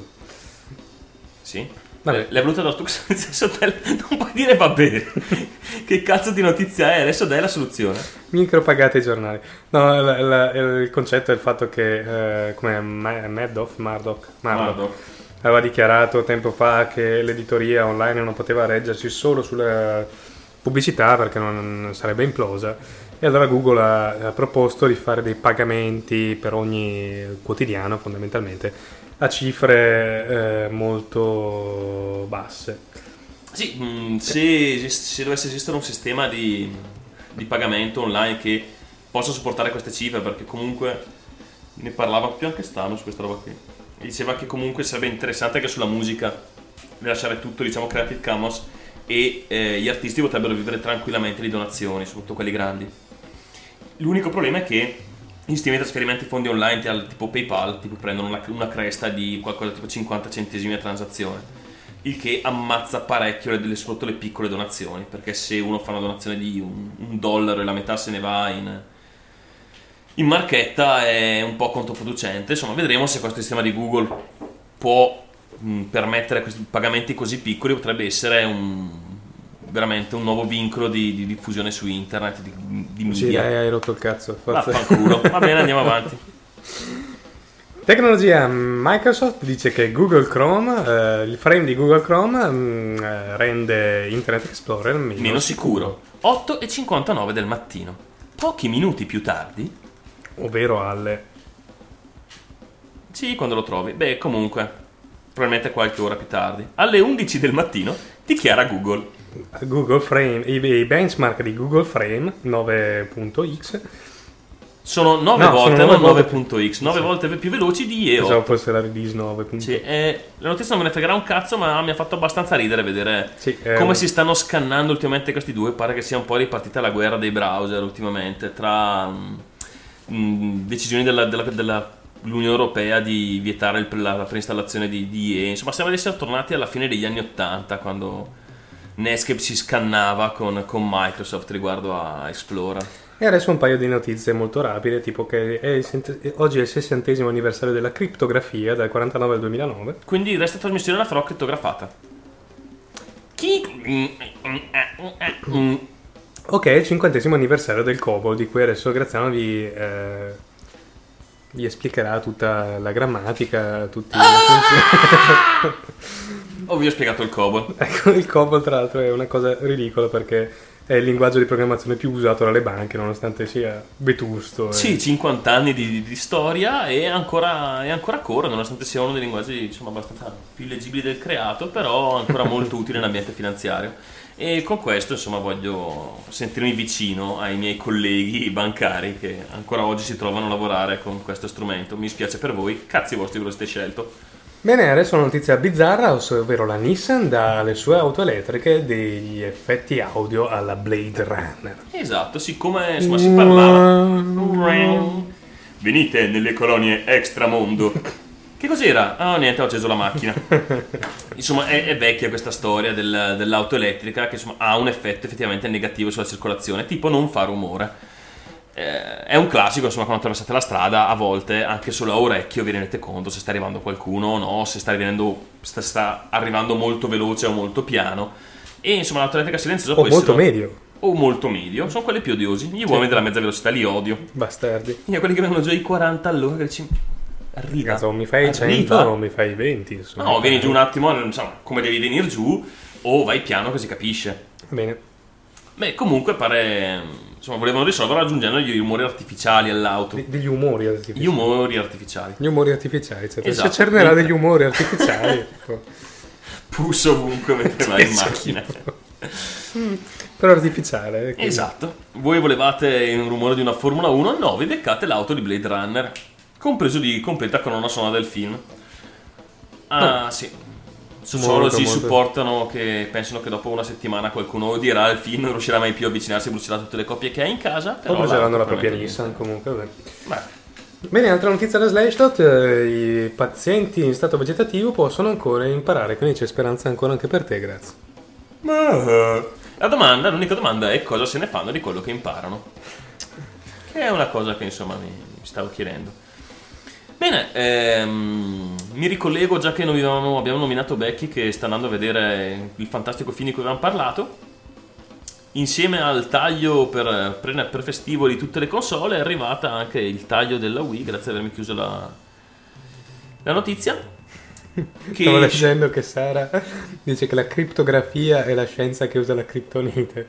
[SPEAKER 5] Sì. Vabbè. L'hai voluto dare tu, non puoi dire va bene. Che cazzo di notizia è? Adesso dai la soluzione.
[SPEAKER 2] Micropagate i giornali. No, il concetto è il fatto che come Murdoch aveva dichiarato tempo fa che l'editoria online non poteva reggersi solo sulla pubblicità perché non sarebbe implosa, e allora Google ha proposto di fare dei pagamenti per ogni quotidiano fondamentalmente a cifre molto basse.
[SPEAKER 5] Sì, se dovesse esistere un sistema di pagamento online che possa supportare queste cifre, perché comunque ne parlava più anche Stano su questa roba qui, e diceva che comunque sarebbe interessante anche sulla musica lasciare tutto, diciamo, Creative Commons, e gli artisti potrebbero vivere tranquillamente di donazioni, soprattutto quelli grandi. L'unico problema è che gli sistemi di trasferimenti fondi online tipo PayPal tipo prendono una cresta di qualcosa tipo 50 centesimi a transazione, il che ammazza parecchio soprattutto le piccole donazioni, perché se uno fa una donazione di $1 e la metà se ne va in marchetta è un po' controproducente. Insomma, vedremo se questo sistema di Google può permettere questi pagamenti così piccoli. Potrebbe essere veramente un nuovo vincolo di diffusione su internet, di media.
[SPEAKER 2] Sì, dai, hai rotto il cazzo.
[SPEAKER 5] Vaffanculo. Va bene, andiamo avanti.
[SPEAKER 2] Tecnologia. Microsoft dice che Google Chrome, il frame di Google Chrome rende Internet Explorer meno sicuro.
[SPEAKER 5] 8:59 del mattino. Pochi minuti più tardi,
[SPEAKER 2] ovvero alle...
[SPEAKER 5] Sì, quando lo trovi. Beh, comunque, probabilmente qualche ora più tardi, alle 11 del mattino, dichiara Google:
[SPEAKER 2] Google Frame, i benchmark di Google Frame 9.x
[SPEAKER 5] sono 9 volte, non 9.x, 9 volte più veloci di E8.
[SPEAKER 2] Pensavo fosse la release 9.
[SPEAKER 5] Sì, la notizia non me ne fregherà un cazzo, ma mi ha fatto abbastanza ridere vedere come si stanno scannando ultimamente questi due. Pare che sia un po' ripartita la guerra dei browser ultimamente, tra decisioni dell'Unione Europea di vietare la preinstallazione di E. Insomma, sembra di essere tornati alla fine degli anni 80, quando Netscape si scannava con Microsoft riguardo a Explorer.
[SPEAKER 2] E adesso un paio di notizie molto rapide, tipo che oggi è il 60° anniversario della crittografia, dal 49 al 2009.
[SPEAKER 5] Quindi questa trasmissione la farò crittografata.
[SPEAKER 2] Ok, il 50° anniversario del COBOL, di cui adesso Graziano vi esplicherà tutta la grammatica, tutti
[SPEAKER 5] vi ho spiegato il COBOL.
[SPEAKER 2] Ecco, il COBOL tra l'altro è una cosa ridicola perché è il linguaggio di programmazione più usato dalle banche, nonostante sia vetusto.
[SPEAKER 5] Sì, 50 anni di storia e ancora corre, nonostante sia uno dei linguaggi, insomma, abbastanza più leggibili del creato, però ancora molto utile nell'ambiente finanziario. E con questo, insomma, voglio sentirmi vicino ai miei colleghi bancari che ancora oggi si trovano a lavorare con questo strumento. Mi spiace per voi, cazzi vostri ve lo siete scelto.
[SPEAKER 2] Bene, adesso una notizia bizzarra, ovvero la Nissan dà alle sue auto elettriche degli effetti audio alla Blade Runner.
[SPEAKER 5] Esatto, siccome insomma si parlava. Venite nelle colonie extramondo. Che cos'era? Ah, niente, ho acceso la macchina. Insomma, è vecchia questa storia dell'auto elettrica che insomma ha un effetto effettivamente negativo sulla circolazione, tipo non fa rumore. È un classico, insomma, quando attraversate la strada, a volte anche solo a orecchio vi rendete conto se sta arrivando qualcuno o no, se sta arrivando molto veloce o molto piano. E insomma l'auto elettrica silenziosa può
[SPEAKER 2] molto
[SPEAKER 5] essere
[SPEAKER 2] medio.
[SPEAKER 5] O molto medio, sono quelli più odiosi. Gli uomini della mezza velocità li odio.
[SPEAKER 2] Bastardi.
[SPEAKER 5] Io quelli che vengono giù ai 40 all'ora che dici arriva.
[SPEAKER 2] Cazzo, mi fai 100 o mi fai 20? Insomma.
[SPEAKER 5] No, vieni giù un attimo, insomma, come devi venire giù, o vai piano che si capisce.
[SPEAKER 2] Bene.
[SPEAKER 5] Beh, comunque pare... Insomma, volevano risolverlo aggiungendo gli umori artificiali all'auto.
[SPEAKER 2] Degli umori artificiali.
[SPEAKER 5] Gli umori artificiali.
[SPEAKER 2] Gli umori artificiali, cioè,
[SPEAKER 5] esatto.
[SPEAKER 2] Si accernerà degli umori artificiali.
[SPEAKER 5] Pusso ovunque mentre vai in macchina.
[SPEAKER 2] Però artificiale. Quindi.
[SPEAKER 5] Esatto. Voi volevate un rumore di una Formula 1? No, vi beccate l'auto di Blade Runner, compreso di completa colonna sonora del film. Ah, sì. Sociologi supportano che pensano che dopo una settimana qualcuno odierà il film, non riuscirà mai più a avvicinarsi e brucerà tutte le copie che ha in casa.
[SPEAKER 2] O bruceranno la propria Nissan, comunque. Bene, altra notizia da Slashdot: i pazienti in stato vegetativo possono ancora imparare, quindi c'è speranza ancora anche per te, grazie.
[SPEAKER 5] L'unica domanda è cosa se ne fanno di quello che imparano, che è una cosa che insomma mi stavo chiedendo. Bene, mi ricollego, già che abbiamo nominato Becky che sta andando a vedere il fantastico film di cui avevamo parlato. Insieme al taglio per festivo di tutte le console è arrivata anche il taglio della Wii, grazie ad avermi chiuso la notizia.
[SPEAKER 2] Stavo leggendo che Sara dice che la criptografia è la scienza che usa la criptonite.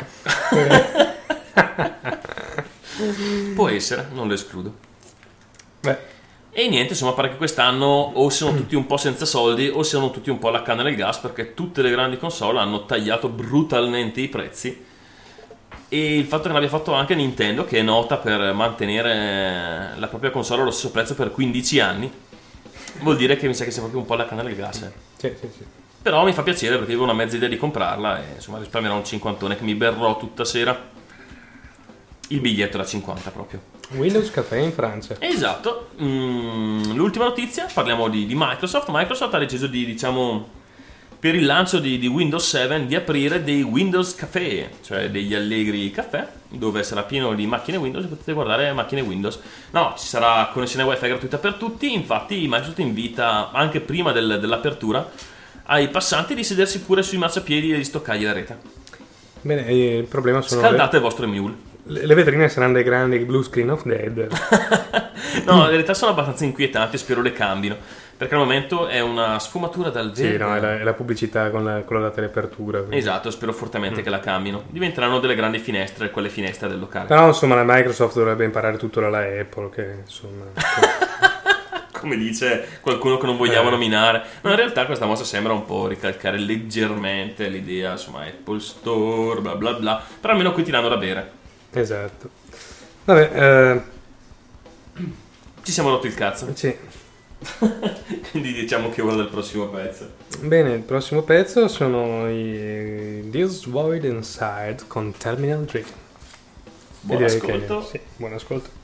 [SPEAKER 5] Può essere, non lo escludo.
[SPEAKER 2] Beh.
[SPEAKER 5] E niente, insomma, pare che quest'anno o siano tutti un po' senza soldi o siano tutti un po' alla canna del gas, perché tutte le grandi console hanno tagliato brutalmente i prezzi. E il fatto che l'abbia fatto anche Nintendo, che è nota per mantenere la propria console allo stesso prezzo per 15 anni, vuol dire che mi sa che sia proprio un po' alla canna del gas.
[SPEAKER 2] Sì.
[SPEAKER 5] Però mi fa piacere perché avevo una mezza idea di comprarla e insomma risparmierò un 50 che mi berrò tutta sera. Il biglietto da 50 proprio.
[SPEAKER 2] Windows Café in Francia.
[SPEAKER 5] Esatto. L'ultima notizia, parliamo di Microsoft. Microsoft ha deciso di, diciamo, per il lancio di Windows 7 di aprire dei Windows Café, cioè degli allegri caffè, dove sarà pieno di macchine Windows e potete guardare macchine Windows. No, ci sarà connessione wifi gratuita per tutti. Infatti Microsoft invita, anche prima dell'apertura, ai passanti di sedersi pure sui marciapiedi e di stoccargli la rete.
[SPEAKER 2] Bene, il problema sono...
[SPEAKER 5] Scaldate il vostro mule.
[SPEAKER 2] Le vetrine saranno dei grandi blue screen of dead.
[SPEAKER 5] No, in realtà sono abbastanza inquietanti, spero le cambino, perché al momento è una sfumatura dal verde.
[SPEAKER 2] Sì, no, è la pubblicità con la data di apertura. Quindi.
[SPEAKER 5] Esatto, spero fortemente che la cambino. Diventeranno delle grandi finestre, quelle finestre del locale.
[SPEAKER 2] Però insomma la Microsoft dovrebbe imparare tutto dalla Apple, che insomma...
[SPEAKER 5] come dice qualcuno che non vogliamo nominare. No, in realtà questa mossa sembra un po' ricalcare leggermente l'idea, insomma, Apple Store, bla bla bla, però almeno qui ti danno da bere.
[SPEAKER 2] Esatto. Vabbè,
[SPEAKER 5] ci siamo rotti il cazzo.
[SPEAKER 2] Sì.
[SPEAKER 5] Quindi diciamo che ora del prossimo pezzo.
[SPEAKER 2] Bene, il prossimo pezzo sono i This Void Inside con Terminal Dream.
[SPEAKER 5] Buon ascolto.
[SPEAKER 2] Sì, buon ascolto.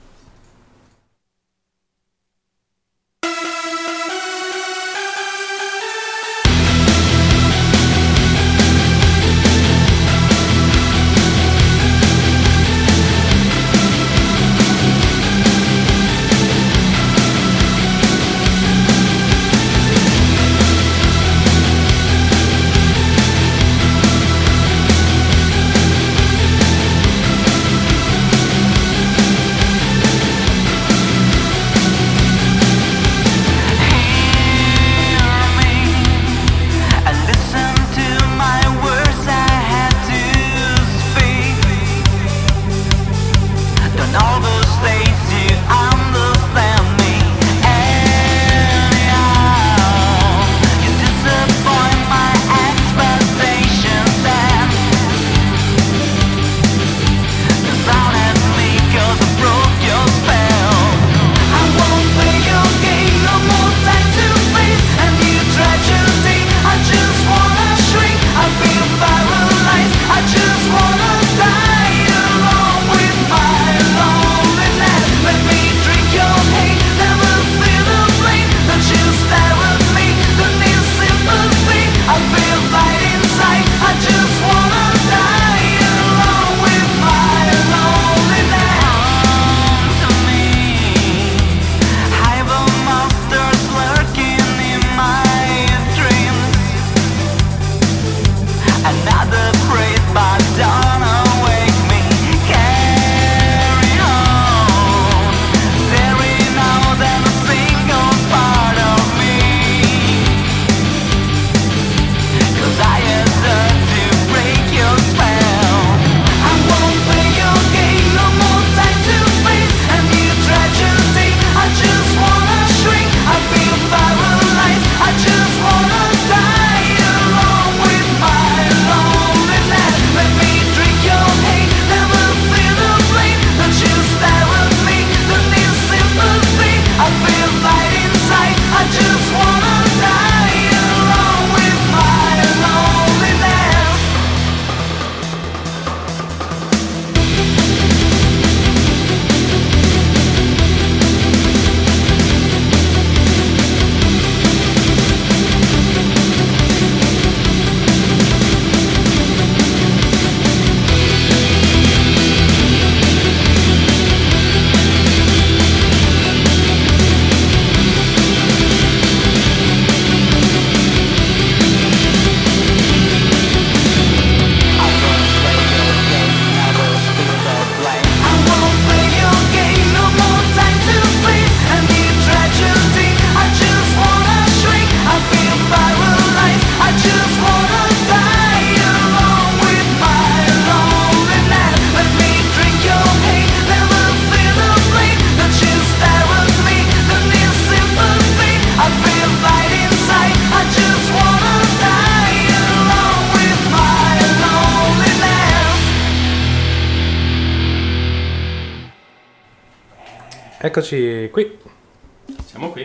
[SPEAKER 2] Eccoci qui.
[SPEAKER 5] Siamo qui.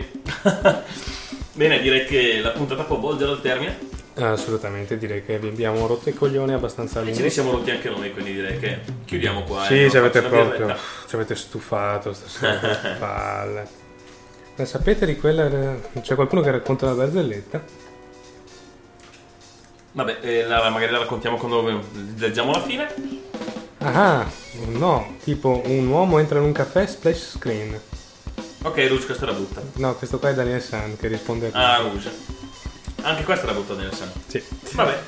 [SPEAKER 5] Bene, direi che la puntata può volgere al termine.
[SPEAKER 2] Assolutamente, direi che vi abbiamo rotto i coglioni abbastanza a lungo.
[SPEAKER 5] Ce li siamo rotti anche noi, quindi direi che chiudiamo qua.
[SPEAKER 2] Sì, ci avete proprio ci avete stufato stasera. Palle. Ma sapete di quella? C'è qualcuno che racconta una barzelletta?
[SPEAKER 5] Vabbè, magari la raccontiamo quando leggiamo la fine.
[SPEAKER 2] Ah, no, tipo un uomo entra in un caffè, splash screen.
[SPEAKER 5] Ok, Rouge, questa la butta.
[SPEAKER 2] No, questo qua è Daniel San che risponde a
[SPEAKER 5] Ah, Rouge. Anche questa la butta Daniel San.
[SPEAKER 2] Sì.
[SPEAKER 5] Vabbè.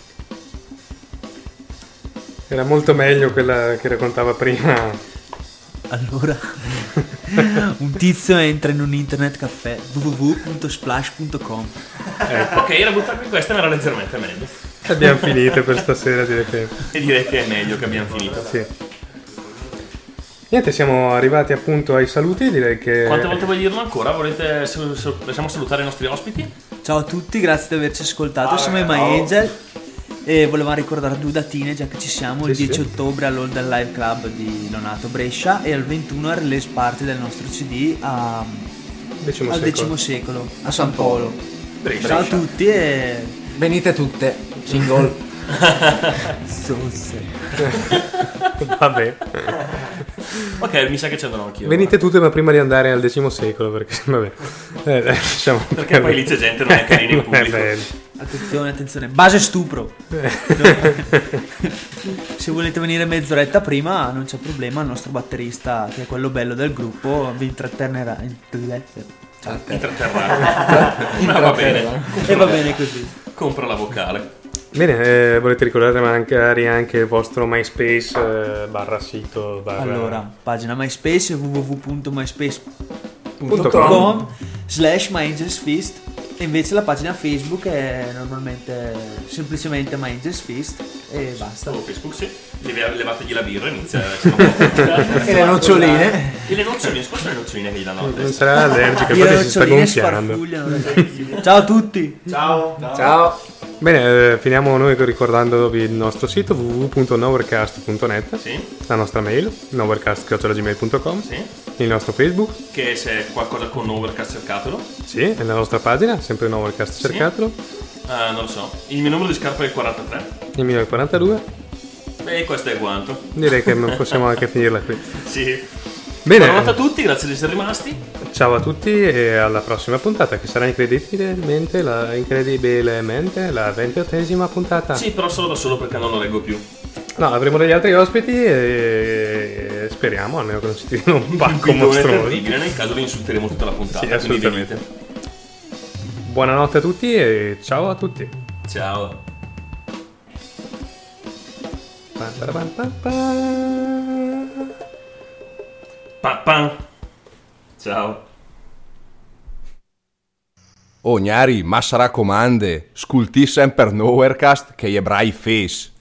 [SPEAKER 2] Era molto meglio quella che raccontava prima.
[SPEAKER 3] Allora, un tizio entra in un internet caffè www.splash.com.
[SPEAKER 5] Ok, era buttata qui questa, ma era leggermente meglio.
[SPEAKER 2] Abbiamo finito per stasera, direi che...
[SPEAKER 5] E direi che è meglio che abbiamo finito.
[SPEAKER 2] Sì. Niente, siamo arrivati appunto ai saluti, direi che...
[SPEAKER 5] Quante volte vuoi dirlo ancora? Possiamo salutare i nostri ospiti?
[SPEAKER 3] Ciao a tutti, grazie di averci ascoltato. Siamo i My Angel e volevamo ricordare 2 datine, già che ci siamo, il 10 ottobre all'Old Live Club di Lonato Brescia e il 21 al release party del nostro CD al X secolo a San Polo.
[SPEAKER 5] Brescia.
[SPEAKER 3] Ciao a tutti e
[SPEAKER 6] venite tutte, single.
[SPEAKER 2] Vabbè.
[SPEAKER 5] Ok, mi sa che ci andrò anch'io.
[SPEAKER 2] Venite tutte, ma prima di andare al X secolo, perché vabbè. Diciamo,
[SPEAKER 5] perché poi lì c'è gente non è carina in pubblico.
[SPEAKER 3] Attenzione, base stupro. Se volete venire mezz'oretta prima non c'è problema, il nostro batterista, che è quello bello del gruppo, vi intratterrà.
[SPEAKER 5] Ma va bene.
[SPEAKER 3] E va bene così.
[SPEAKER 5] Compra la vocale.
[SPEAKER 2] Bene, volete ricordare magari anche il vostro MySpace /sito
[SPEAKER 3] Allora, pagina MySpace www.myspace.com/MyAngelsFeast e invece la pagina Facebook è normalmente semplicemente My Angels Feast e basta.
[SPEAKER 5] Facebook sì, levategli la birra, inizia
[SPEAKER 6] e le noccioline.
[SPEAKER 5] E le noccioline, scusa, le noccioline che gli danno.
[SPEAKER 2] Non sarà allergica, infatti si sta gonfiando.
[SPEAKER 3] Ciao a tutti.
[SPEAKER 6] Ciao.
[SPEAKER 2] Bene, finiamo noi ricordandovi il nostro sito www.nowherecast.net,
[SPEAKER 5] sì.
[SPEAKER 2] La nostra mail nowherecast@gmail.com,
[SPEAKER 5] sì.
[SPEAKER 2] Il nostro Facebook,
[SPEAKER 5] che se qualcosa con Nowherecast cercatelo,
[SPEAKER 2] sì, e la nostra pagina sempre Nowherecast,
[SPEAKER 5] sì.
[SPEAKER 2] cercatelo.
[SPEAKER 5] Non lo so, il mio numero di scarpa è il 43,
[SPEAKER 2] il mio è il 42
[SPEAKER 5] e questo è quanto.
[SPEAKER 2] Direi che possiamo anche finirla qui.
[SPEAKER 5] Sì.
[SPEAKER 2] Bene.
[SPEAKER 5] Buonanotte a tutti, grazie di essere rimasti.
[SPEAKER 2] Ciao a tutti e alla prossima puntata, che sarà incredibilmente la 28ª puntata.
[SPEAKER 5] Sì, però solo da solo perché non lo reggo più.
[SPEAKER 2] No, avremo degli altri ospiti e speriamo almeno che non ci tirino un pacco mostruoso.
[SPEAKER 5] È terribile, nel caso li insulteremo tutta la puntata.
[SPEAKER 2] Sì, assolutamente. Buonanotte a tutti e ciao a tutti.
[SPEAKER 5] Ciao. Ciao.
[SPEAKER 15] Oh gnari, ma sarà comande, sculti sempre Nowherecast che gli ebrai face.